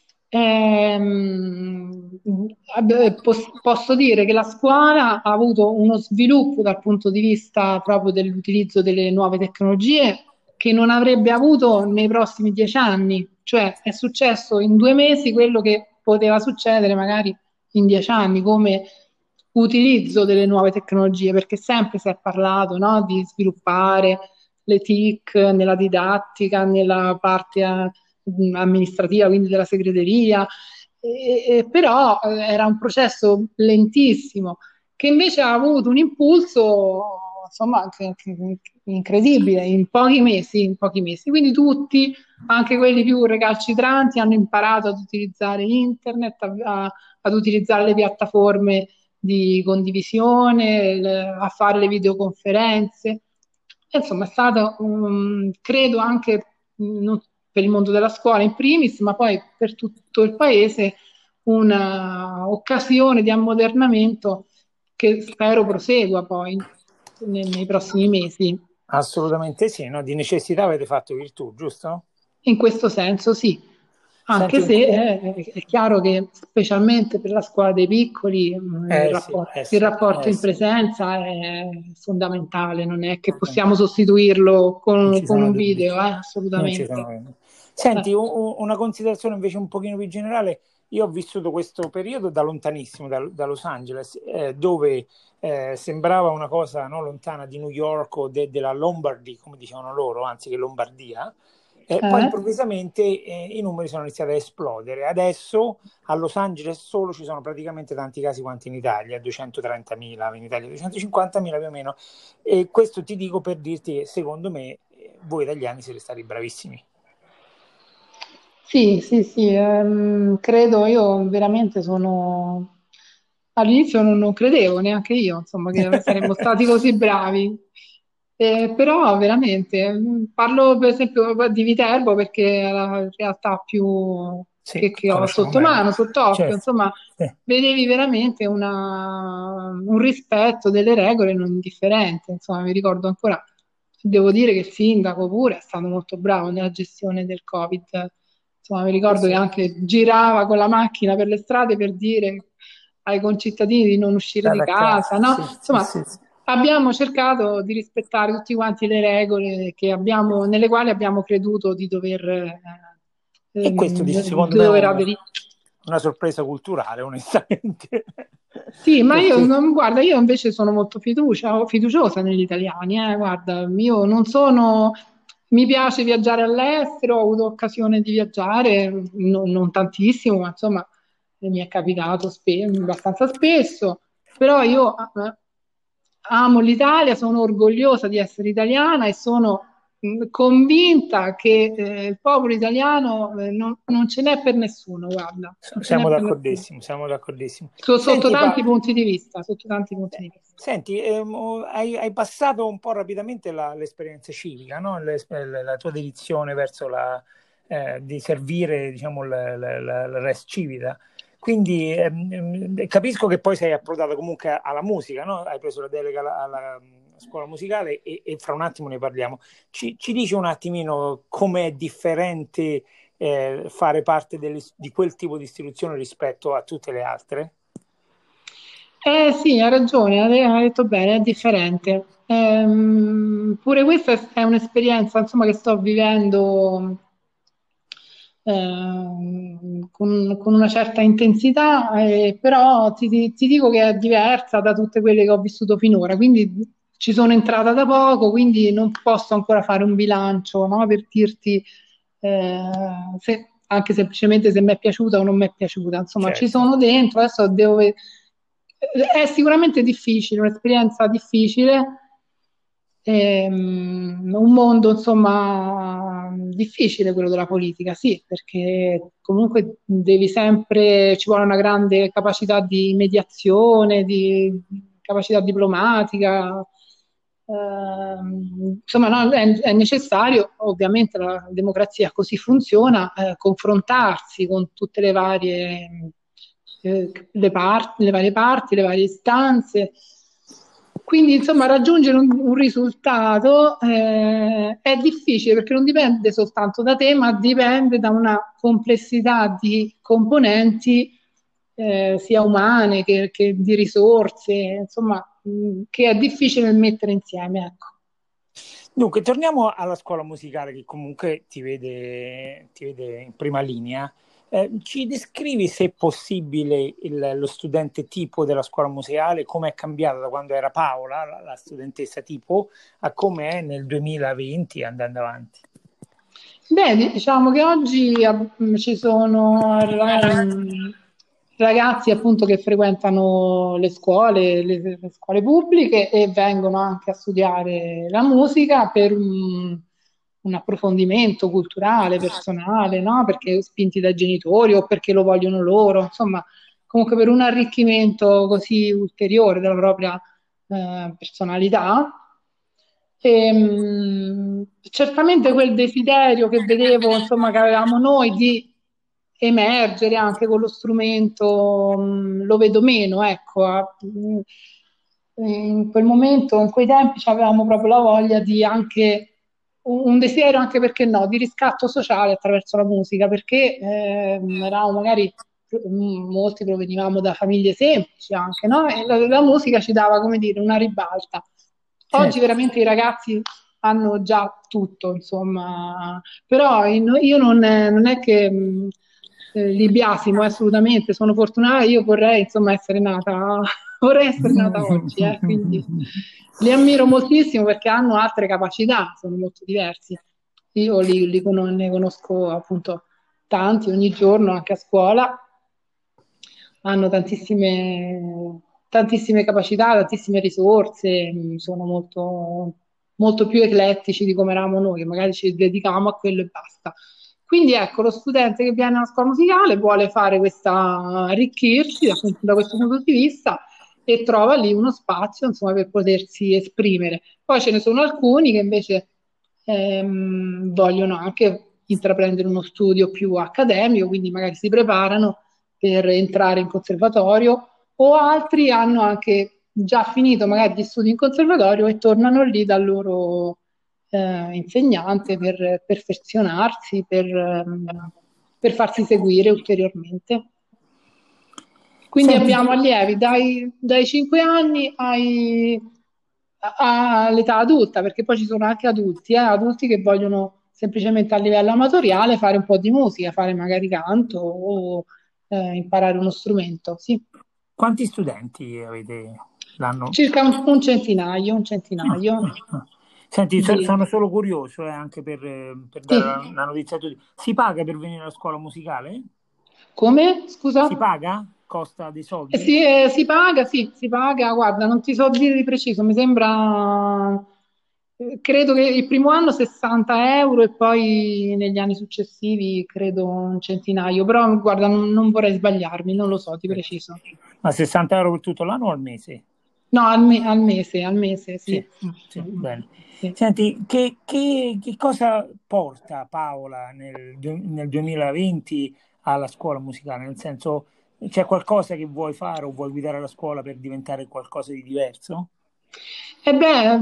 ehm, abbi- pos- posso dire che la scuola ha avuto uno sviluppo dal punto di vista proprio dell'utilizzo delle nuove tecnologie che non avrebbe avuto nei prossimi dieci anni. Cioè, è successo in due mesi quello che poteva succedere magari in dieci anni, come utilizzo delle nuove tecnologie, perché sempre si è parlato, no, di sviluppare le T I C nella didattica, nella parte eh, amministrativa, quindi della segreteria, e- e però eh, era un processo lentissimo che invece ha avuto un impulso insomma che- che- che- incredibile in pochi mesi, in pochi mesi. Quindi tutti, anche quelli più recalcitranti, hanno imparato ad utilizzare internet, a- a- ad utilizzare le piattaforme di condivisione, le- a fare le videoconferenze. E, insomma, è stato, um, credo, anche mh, non per il mondo della scuola in primis, ma poi per tutto il paese una occasione di ammodernamento che spero prosegua poi nei, nei prossimi mesi. Assolutamente sì, no? Di necessità avete fatto virtù, giusto? In questo senso sì, Senti anche un se po'. eh, è chiaro che specialmente per la scuola dei piccoli mh, il Eh sì, rapport- eh il sì, rapporto eh in sì. presenza è fondamentale, non è che Eh, possiamo sostituirlo Non con, ci con sono un dubbi. video, eh, Non ci assolutamente. sono dubbi. Eh, Senti, u- u- una considerazione invece un pochino più generale. Io ho vissuto questo periodo da lontanissimo, da, da Los Angeles, eh, dove eh, sembrava una cosa no, lontana di New York o de- della Lombardy, come dicevano loro, anzi che Lombardia. E poi eh? improvvisamente eh, i numeri sono iniziati a esplodere. Adesso a Los Angeles solo ci sono praticamente tanti casi quanti in Italia, duecentotrentamila, in Italia duecentocinquantamila più o meno. E questo ti dico per dirti che secondo me eh, voi italiani siete stati bravissimi. Sì, sì, sì, ehm, credo, io veramente sono... All'inizio non, non credevo neanche io, insomma, che saremmo stati così bravi. Eh, però veramente, mh, parlo per esempio di Viterbo perché è la realtà più Sì, che, che ho conosciamo sotto bene. mano, sott'occhio, Certo. insomma, Sì. vedevi veramente una- un rispetto delle regole non indifferente, insomma, mi ricordo ancora, devo dire che il sindaco pure è stato molto bravo nella gestione del Covid. Insomma, mi Sì, ricordo che sì. anche girava con la macchina per le strade per dire ai concittadini di non uscire di State a casa, casa. no? Sì, sì, Insomma, sì, sì. abbiamo cercato di rispettare tutti quanti le regole che abbiamo, nelle quali abbiamo creduto di dover, eh, E questo ehm, dice, secondo di me è dover un- aderire. una sorpresa culturale, onestamente. Sì, ma io, Perché non- guarda, io invece sono molto fiducia, fiduciosa negli italiani, eh, guarda, io non sono, mi piace viaggiare all'estero, ho avuto occasione di viaggiare, non, non tantissimo, ma insomma eh, mi è capitato spe- abbastanza spesso, però io eh, amo l'Italia, sono orgogliosa di essere italiana e sono mh, convinta che eh, il popolo italiano eh, non, non ce n'è per nessuno, guarda, non ce siamo n'è per nessuno. d'accordissimo, siamo d'accordissimo. So- sotto Senti, tanti pa- punti di vista, sotto tanti punti eh, di vista. senti, ehm, oh, hai, hai passato un po' rapidamente la- l'esperienza civica, no? L'es- la tua dedizione verso la, eh, di servire, diciamo, la, la, la- la res civita. Quindi ehm, ehm, capisco che poi sei approdato comunque alla musica, no? Hai preso la delega alla, alla, mm, scuola musicale e, e fra un attimo ne parliamo. Ci, ci dici un attimino com'è differente eh, fare parte delle- di quel tipo di istituzione rispetto a tutte le altre? Eh sì, ha ragione, ha ha detto bene, è differente. Ehm, pure questa è è un'esperienza, insomma, che sto vivendo ehm, con, con una certa intensità, eh, però ti, ti- ti dico che è diversa da tutte quelle che ho vissuto finora, quindi ci sono entrata da poco, quindi non posso ancora fare un bilancio, no, per dirti eh, se- anche semplicemente se mi è piaciuta o non mi è piaciuta, insomma, ci Certo, sono dentro, adesso devo... È sicuramente difficile, un'esperienza difficile, ehm, un mondo, insomma, difficile quello della politica, sì, perché comunque devi sempre, ci vuole una grande capacità di mediazione, di capacità diplomatica. Ehm, insomma, no, è, è necessario, ovviamente la democrazia così funziona, eh, confrontarsi con tutte le varie, eh, le parti, le varie parti, le varie istanze. Quindi, insomma, raggiungere un, un risultato eh, è difficile perché non dipende soltanto da te, ma dipende da una complessità di componenti, eh, sia umane che, che di risorse, insomma, mh, che è difficile mettere insieme, ecco. dunque, torniamo alla scuola musicale che comunque ti vede, ti vede in prima linea. Eh, ci descrivi, se possibile, il- lo studente tipo della scuola musicale, come è cambiata da quando era Paola, la, la studentessa tipo, a come è nel duemilaventi andando avanti? Beh, diciamo che oggi eh, ci sono ra- mh, ragazzi appunto che frequentano le scuole, le, le scuole pubbliche e vengono anche a studiare la musica per un, un approfondimento culturale, personale, no? Perché spinti dai genitori o perché lo vogliono loro, insomma, comunque per un arricchimento così ulteriore della propria eh, personalità. Ehm, certamente quel desiderio che vedevo, insomma, che avevamo noi di emergere anche con lo strumento, mh, lo vedo meno, ecco. a- mh, In quel momento, in quei tempi, avevamo proprio la voglia di anche un un desiderio, anche perché no, di riscatto sociale attraverso la musica, perché ehm, eravamo magari mh, molti provenivamo da famiglie semplici anche, no? E la, la musica ci dava, come dire, una ribalta. Oggi Certo. veramente i ragazzi hanno già tutto, insomma, però in- io non, è non è che mh, eh, li biasimo, eh, assolutamente, sono fortunata, io vorrei insomma essere nata, vorrei essere nata oggi, eh, quindi li ammiro moltissimo perché hanno altre capacità, sono molto diversi. Io li, li cono- ne conosco appunto tanti ogni giorno anche a scuola, hanno tantissime, tantissime capacità, tantissime risorse, mh, sono molto, molto più eclettici di come eravamo noi, che magari ci dedicavamo a quello e basta. Quindi ecco, lo studente che viene alla scuola musicale vuole fare questa, arricchirsi da, da questo punto di vista e trova lì uno spazio, insomma, per potersi esprimere. Poi ce ne sono alcuni che invece ehm, vogliono anche intraprendere uno studio più accademico, quindi magari si preparano per entrare in conservatorio, o altri hanno anche già finito magari gli studi in conservatorio e tornano lì dal loro eh, insegnante per perfezionarsi, per, ehm, per farsi seguire ulteriormente. Quindi Senti, abbiamo ti- allievi dai, dai cinque anni ai, a- all'età adulta, perché poi ci sono anche adulti, eh, adulti che vogliono semplicemente a livello amatoriale fare un po' di musica, fare magari canto o eh, imparare uno strumento. Sì. quanti studenti avete l'anno? Circa un, un centinaio, un Ah, centinaio ah, ah. Senti, so- di... sono solo curioso, eh, anche per, eh, per dare Sì. la, la notizia a tutti. Si paga per venire alla scuola musicale? Come? Si Scusa? paga? Costa dei Eh, soldi? Si, eh, si paga, sì, si paga, guarda, non ti so dire di preciso, mi sembra, eh, credo che il primo anno sessanta euro e poi negli anni successivi credo un centinaio, però guarda, non, non vorrei sbagliarmi, non lo so di Certo. preciso. Ma sessanta euro per tutto l'anno o al mese? No, al, me- al mese, al mese, Sì, sì. Mm, sì, mm, mm. bene. Sì. Senti, che, che- che cosa porta Paola nel, du- nel duemilaventi alla scuola musicale? Nel senso, c'è qualcosa che vuoi fare o vuoi guidare la scuola per diventare qualcosa di diverso? E beh,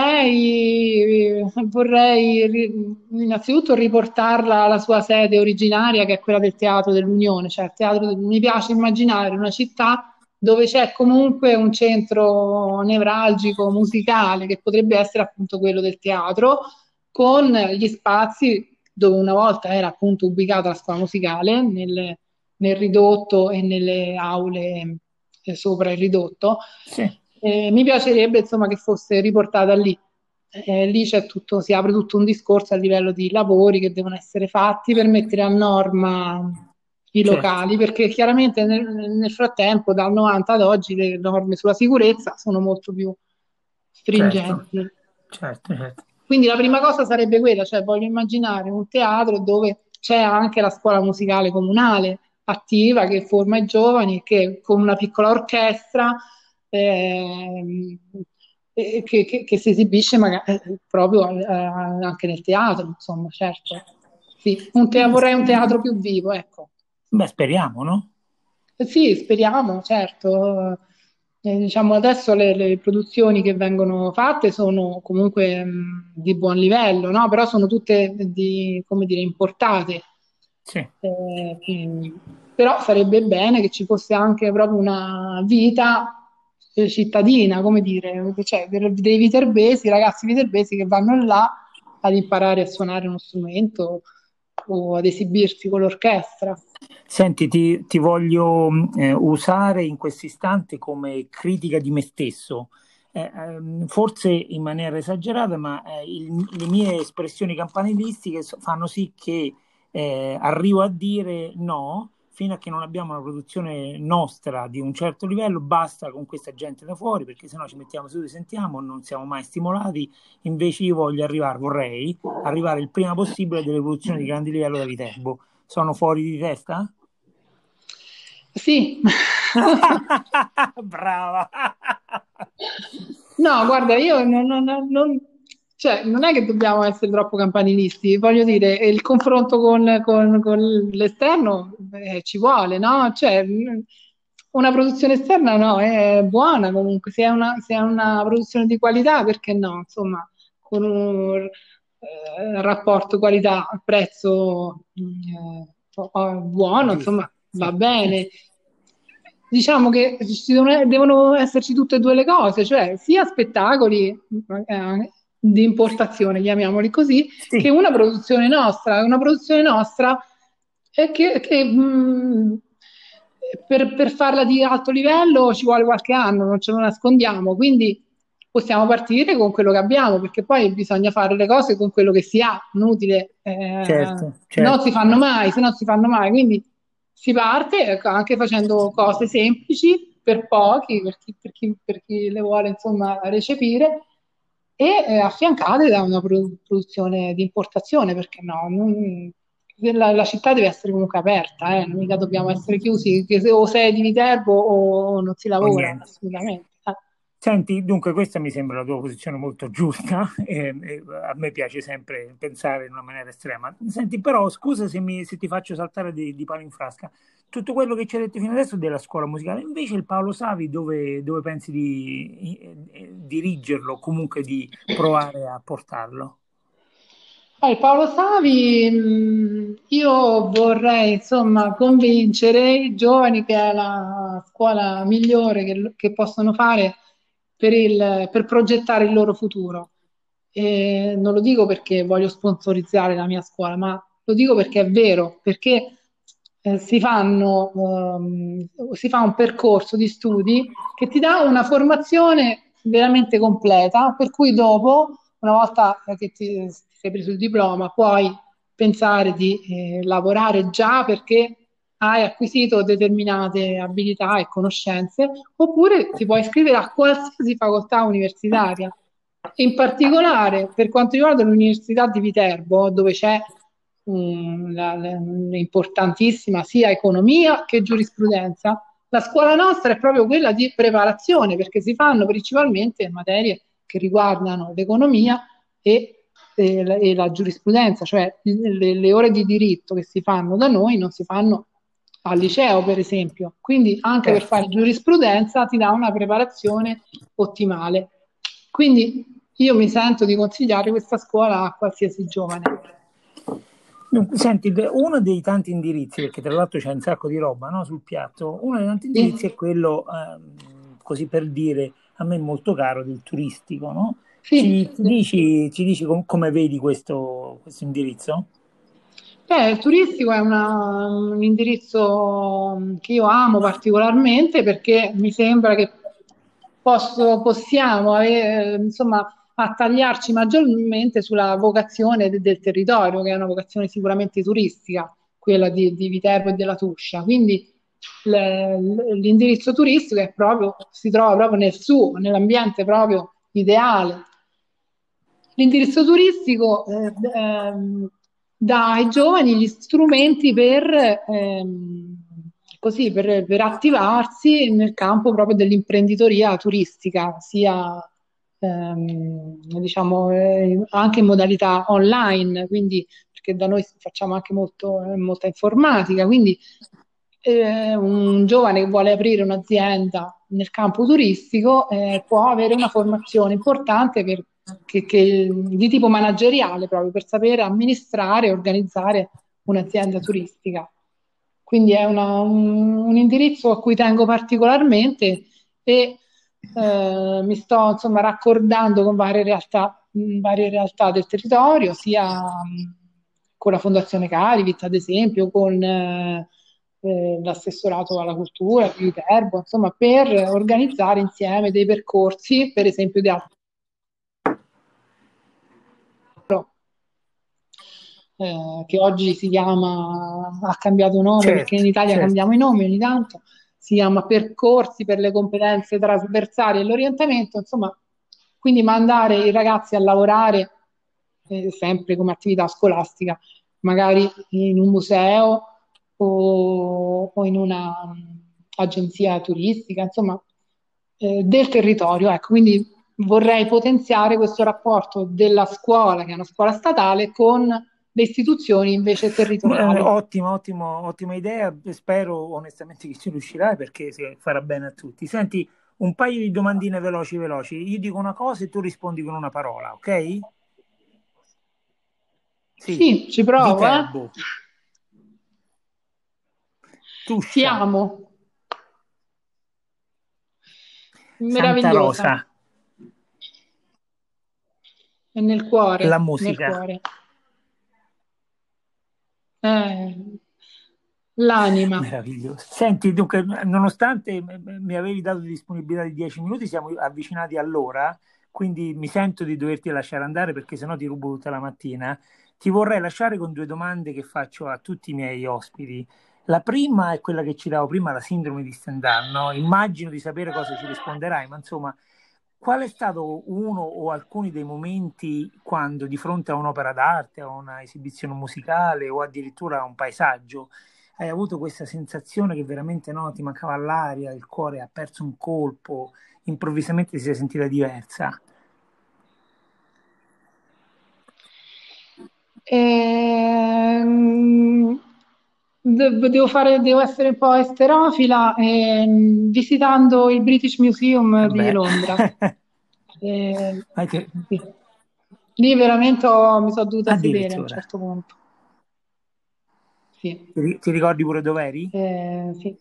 vorrei, vorrei ri- innanzitutto riportarla alla sua sede originaria, che è quella del Teatro dell'Unione. Cioè, il teatro, mi piace immaginare una città dove c'è comunque un centro nevralgico musicale, che potrebbe essere appunto quello del teatro, con gli spazi dove una volta era appunto ubicata la scuola musicale, nel, nel ridotto e nelle aule eh, sopra il ridotto. Sì, Eh, mi piacerebbe insomma che fosse riportata lì. Eh, lì c'è tutto, si apre tutto un discorso a livello di lavori che devono essere fatti per mettere a norma i certo, locali, perché chiaramente nel, nel frattempo, dal novanta ad oggi, le norme sulla sicurezza sono molto più certo, stringenti. certo, certo. Quindi la prima cosa sarebbe quella, cioè voglio immaginare un teatro dove c'è anche la scuola musicale comunale attiva che forma i giovani e che con una piccola orchestra ehm, eh, che, che- che si esibisce magari, eh, proprio eh, anche nel teatro, insomma, certo. Sì, un te- vorrei un teatro più vivo, ecco. Beh, speriamo, no? Eh Sì, speriamo, certo. Eh, diciamo adesso le, le produzioni che vengono fatte sono comunque mh, di buon livello, no? Però sono tutte di, come dire, importate. Sì. Eh, quindi- però sarebbe bene che ci fosse anche proprio una vita eh, cittadina, come dire, cioè dei dei viterbesi, ragazzi viterbesi che vanno là ad imparare a suonare uno strumento o ad esibirsi con l'orchestra. Senti, ti, ti voglio mh, eh, usare in questo istante come critica di me stesso. Eh, ehm, forse in maniera esagerata, ma eh, il- le mie espressioni campanilistiche so- fanno sì che eh, arrivo a dire no, fino a che non abbiamo una produzione nostra di un certo livello, basta con questa gente da fuori, perché sennò ci mettiamo seduti, sentiamo, non siamo mai stimolati. Invece io voglio arrivare, vorrei arrivare il prima possibile a delle produzioni di grande livello da Viterbo. Sono fuori di testa? Sì. Brava. No, guarda, io non, non- non- Cioè, non è che dobbiamo essere troppo campanilisti, voglio dire, e il confronto con, con- con l'esterno eh, ci vuole, no? Cioè, mh, una produzione esterna no, è buona comunque, se è una, se è una produzione di qualità, perché no? Insomma, con un eh, rapporto qualità-prezzo mh, eh, buono, Giusto, insomma, va sì, sì, bene. Diciamo che ci devono, devono esserci tutte e due le cose, cioè sia spettacoli eh, di importazione, chiamiamoli così, che sì, una produzione nostra. Una produzione nostra è che, che, mh, per, per farla di alto livello ci vuole qualche anno, non ce lo nascondiamo, quindi possiamo partire con quello che abbiamo, perché poi bisogna fare le cose con quello che si ha, inutile, eh, certo, non certo, si fanno certo. mai, se non si fanno mai, quindi si parte ecco, anche facendo cose semplici per pochi, per chi, per chi- per chi le vuole insomma recepire, e eh, affiancate da una produ- produzione di importazione, perché no? Non- la, la città deve essere comunque aperta, eh, non mica dobbiamo essere chiusi, che se o sei di Viterbo o non si O lavora, niente. assolutamente. Eh. Senti, dunque questa mi sembra la tua posizione molto giusta e, e a me piace sempre pensare in una maniera estrema. Senti, però scusa se, mi- se ti faccio saltare di, di palo in frasca. Tutto quello che ci hai detto fino adesso è della scuola musicale, invece il Paolo Savi dove, dove pensi di eh, eh, dirigerlo, comunque di provare a portarlo? Poi Paolo Savi, mh, io vorrei insomma convincere i giovani che è la scuola migliore che, che possono fare per, il- per progettare il loro futuro. E non lo dico perché voglio sponsorizzare la mia scuola, ma lo dico perché è vero, perché eh, si fanno, ehm, si fa un percorso di studi che ti dà una formazione veramente completa, per cui dopo, una volta che ti, ti sei preso il diploma, puoi pensare di eh, lavorare già perché hai acquisito determinate abilità e conoscenze, oppure ti puoi iscrivere a qualsiasi facoltà universitaria. In particolare, per quanto riguarda l'Università di Viterbo, dove c'è mm, la- la- un'importantissima sia economia che giurisprudenza, la scuola nostra è proprio quella di preparazione, perché si fanno principalmente materie che riguardano l'economia e, e la, e la giurisprudenza, cioè le, le ore di diritto che si fanno da noi non si fanno al liceo, per esempio. Quindi anche per Certo. fare giurisprudenza ti dà una preparazione ottimale. Quindi io mi sento di consigliare questa scuola a qualsiasi giovane. Dunque, senti, de- uno dei tanti indirizzi, perché tra l'altro c'è un sacco di roba, no, sul piatto, uno dei tanti indirizzi Sì, è quello, ehm, così per dire, a me molto caro, del turistico, no? sì, Ci, ci sì. dici, ci dici com- come vedi questo, questo indirizzo? Beh, il turistico è una- un indirizzo che io amo particolarmente perché mi sembra che posso- possiamo avere, insomma, attagliarci maggiormente sulla vocazione de- del territorio, che è una vocazione sicuramente turistica, quella di, di Viterbo e della Tuscia. Quindi le- l'indirizzo turistico è proprio, si trova proprio nel suo, nell'ambiente proprio ideale. L'indirizzo turistico eh, ehm, dà ai giovani gli strumenti per, ehm, così, per, per attivarsi nel campo proprio dell'imprenditoria turistica, sia ehm, diciamo, eh, anche in modalità online, quindi perché da noi facciamo anche molto, eh, molta informatica, quindi eh, un giovane che vuole aprire un'azienda nel campo turistico eh, può avere una formazione importante per- che- che- di tipo manageriale proprio per sapere amministrare e organizzare un'azienda turistica. Quindi è una- un, un indirizzo a cui tengo particolarmente e eh, mi sto insomma raccordando con varie realtà, mh, varie realtà del territorio, sia mh, con la Fondazione Carivit, ad esempio, con eh, eh, l'assessorato alla cultura di Viterbo, insomma, per organizzare insieme dei percorsi, per esempio di altro, eh, che oggi si chiama, ha cambiato nome perché Certo, in Italia certo. cambiamo i nomi ogni tanto, si chiama percorsi per le competenze trasversali e l'orientamento, insomma, quindi mandare i ragazzi a lavorare eh, sempre come attività scolastica, magari in un museo o, o in una um, agenzia turistica, insomma, eh, del territorio, ecco, quindi vorrei potenziare questo rapporto della scuola, che è una scuola statale, con le istituzioni invece Eh, territoriali. ottimo, ottimo, ottima idea. Spero onestamente che ci riuscirai perché si farà bene a tutti. Senti, un paio di domandine veloci, veloci. Io dico una cosa e tu rispondi con una parola, ok? Sì. Sì, ci provo, eh? Viterbo, Ti Tuscia, amo, Santa meravigliosa, Rosa, è nel la cuore, nel musica. cuore. Eh, l'anima. Meraviglioso. Senti, dunque, nonostante m- mi avevi dato disponibilità di dieci minuti, siamo avvicinati all'ora, quindi mi sento di doverti lasciare andare perché sennò ti rubo tutta la mattina. Ti vorrei lasciare con due domande che faccio a tutti i miei ospiti. La prima è quella che ci davo prima, la sindrome di Stendhal, no? Immagino di sapere cosa ci risponderai, ma insomma, qual è stato uno o alcuni dei momenti quando di fronte a un'opera d'arte, a una esibizione musicale o addirittura a un paesaggio hai avuto questa sensazione che veramente no, ti mancava l'aria, il cuore ha perso un colpo, improvvisamente ti sei sentita diversa? Ehm, de- devo fare, devo essere un po' esterofila, ehm, visitando il British Museum Eh di beh, Londra. Eh, ma che- sì. Lì veramente ho- mi sono dovuta sedere a un addirittura. certo punto. Sì. Ti, ti ricordi pure dove eri? Eh, sì.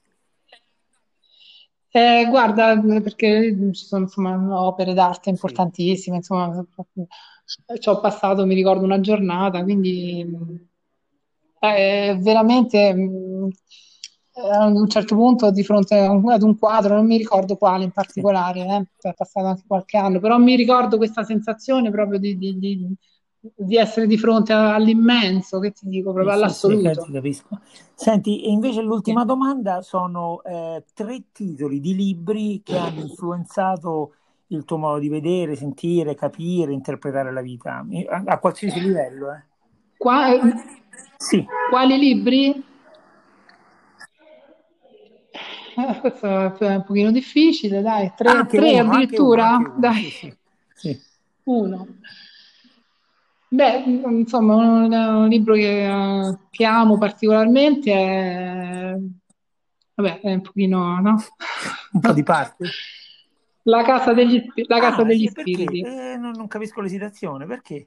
Eh, guarda, perché ci sono insomma opere d'arte Sì. importantissime, insomma, ci ho passato, mi ricordo, una giornata, quindi eh, veramente mh, eh, ad un certo punto di fronte a un- ad un quadro, non mi ricordo quale in Sì. particolare, eh, è passato anche qualche anno, però mi ricordo questa sensazione proprio di, di- di- di essere di fronte all'immenso, che ti dico, Sì, proprio sì, sì, ca- ti all'assoluto. capisco. Senti, e invece l'ultima Sì. domanda sono eh, tre titoli di libri che hanno influenzato il tuo modo di vedere, sentire, capire, interpretare la vita, a, a qualsiasi livello, eh. Qua- eh, Sì, quali libri? Eh, questo è un pochino difficile, dai, tre, anche tre uno, anche uno, anche addirittura? uno, Dai, sì, sì, sì. uno. Beh, insomma, un, un libro che, eh, che amo particolarmente è, vabbè, è un pochino, no? Un po' di parte. La casa degli, spi- La casa Ah, degli sì, perché? spiriti. Eh, non, non capisco l'esitazione, perché?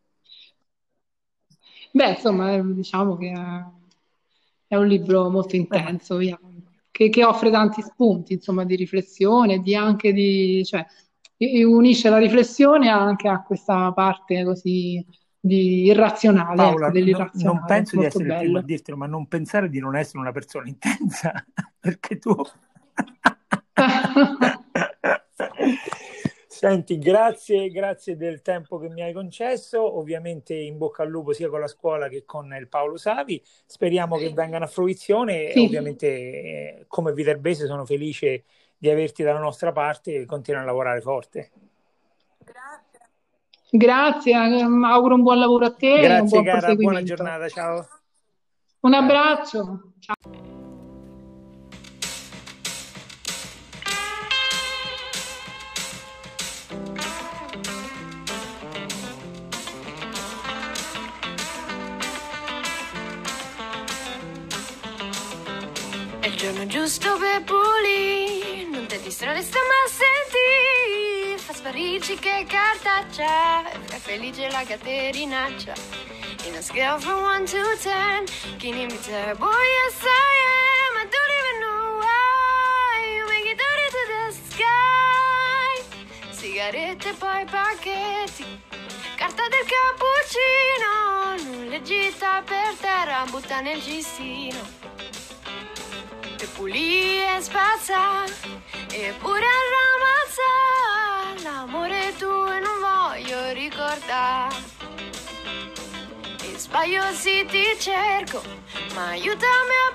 Beh, insomma, eh, diciamo che è, è un libro molto Beh, ma intenso, via, che, che offre tanti spunti, insomma, di riflessione, di anche di, cioè, i- unisce la riflessione anche a questa parte così di irrazionale, ecco, Paola, no- non dell'irrazionale, penso di molto essere il primo a bello. dirtelo, ma non pensare di non essere una persona intensa, perché tu... Senti, grazie, grazie del tempo che mi hai concesso. Ovviamente in bocca al lupo sia con la scuola che con il Paolo Savi. Speriamo che vengano a fruizione e Sì, ovviamente eh, come viterbese sono felice di averti dalla nostra parte e continuo a lavorare forte. grazie, eh, auguro un buon lavoro a te e un Grazie buon cara, buona proseguimento. giornata, ciao. Un Ciao. abbraccio. È il giorno giusto per pulire, non ti distrarre, sta ma senti, fa sparirci che cartaccia, e fa felice la caterinaccia. In a scale from one to ten, can you be terrible? Yes I am, I don't even know why, you make it dirty to the sky. Sigarette e poi pacchetti, carta del cappuccino, non le gita per terra, butta nel cestino. E pulì e spazza, eppure arramazza, l'amore tuo e non voglio ricordare. E sbaglio sì ti cerco, ma aiutami a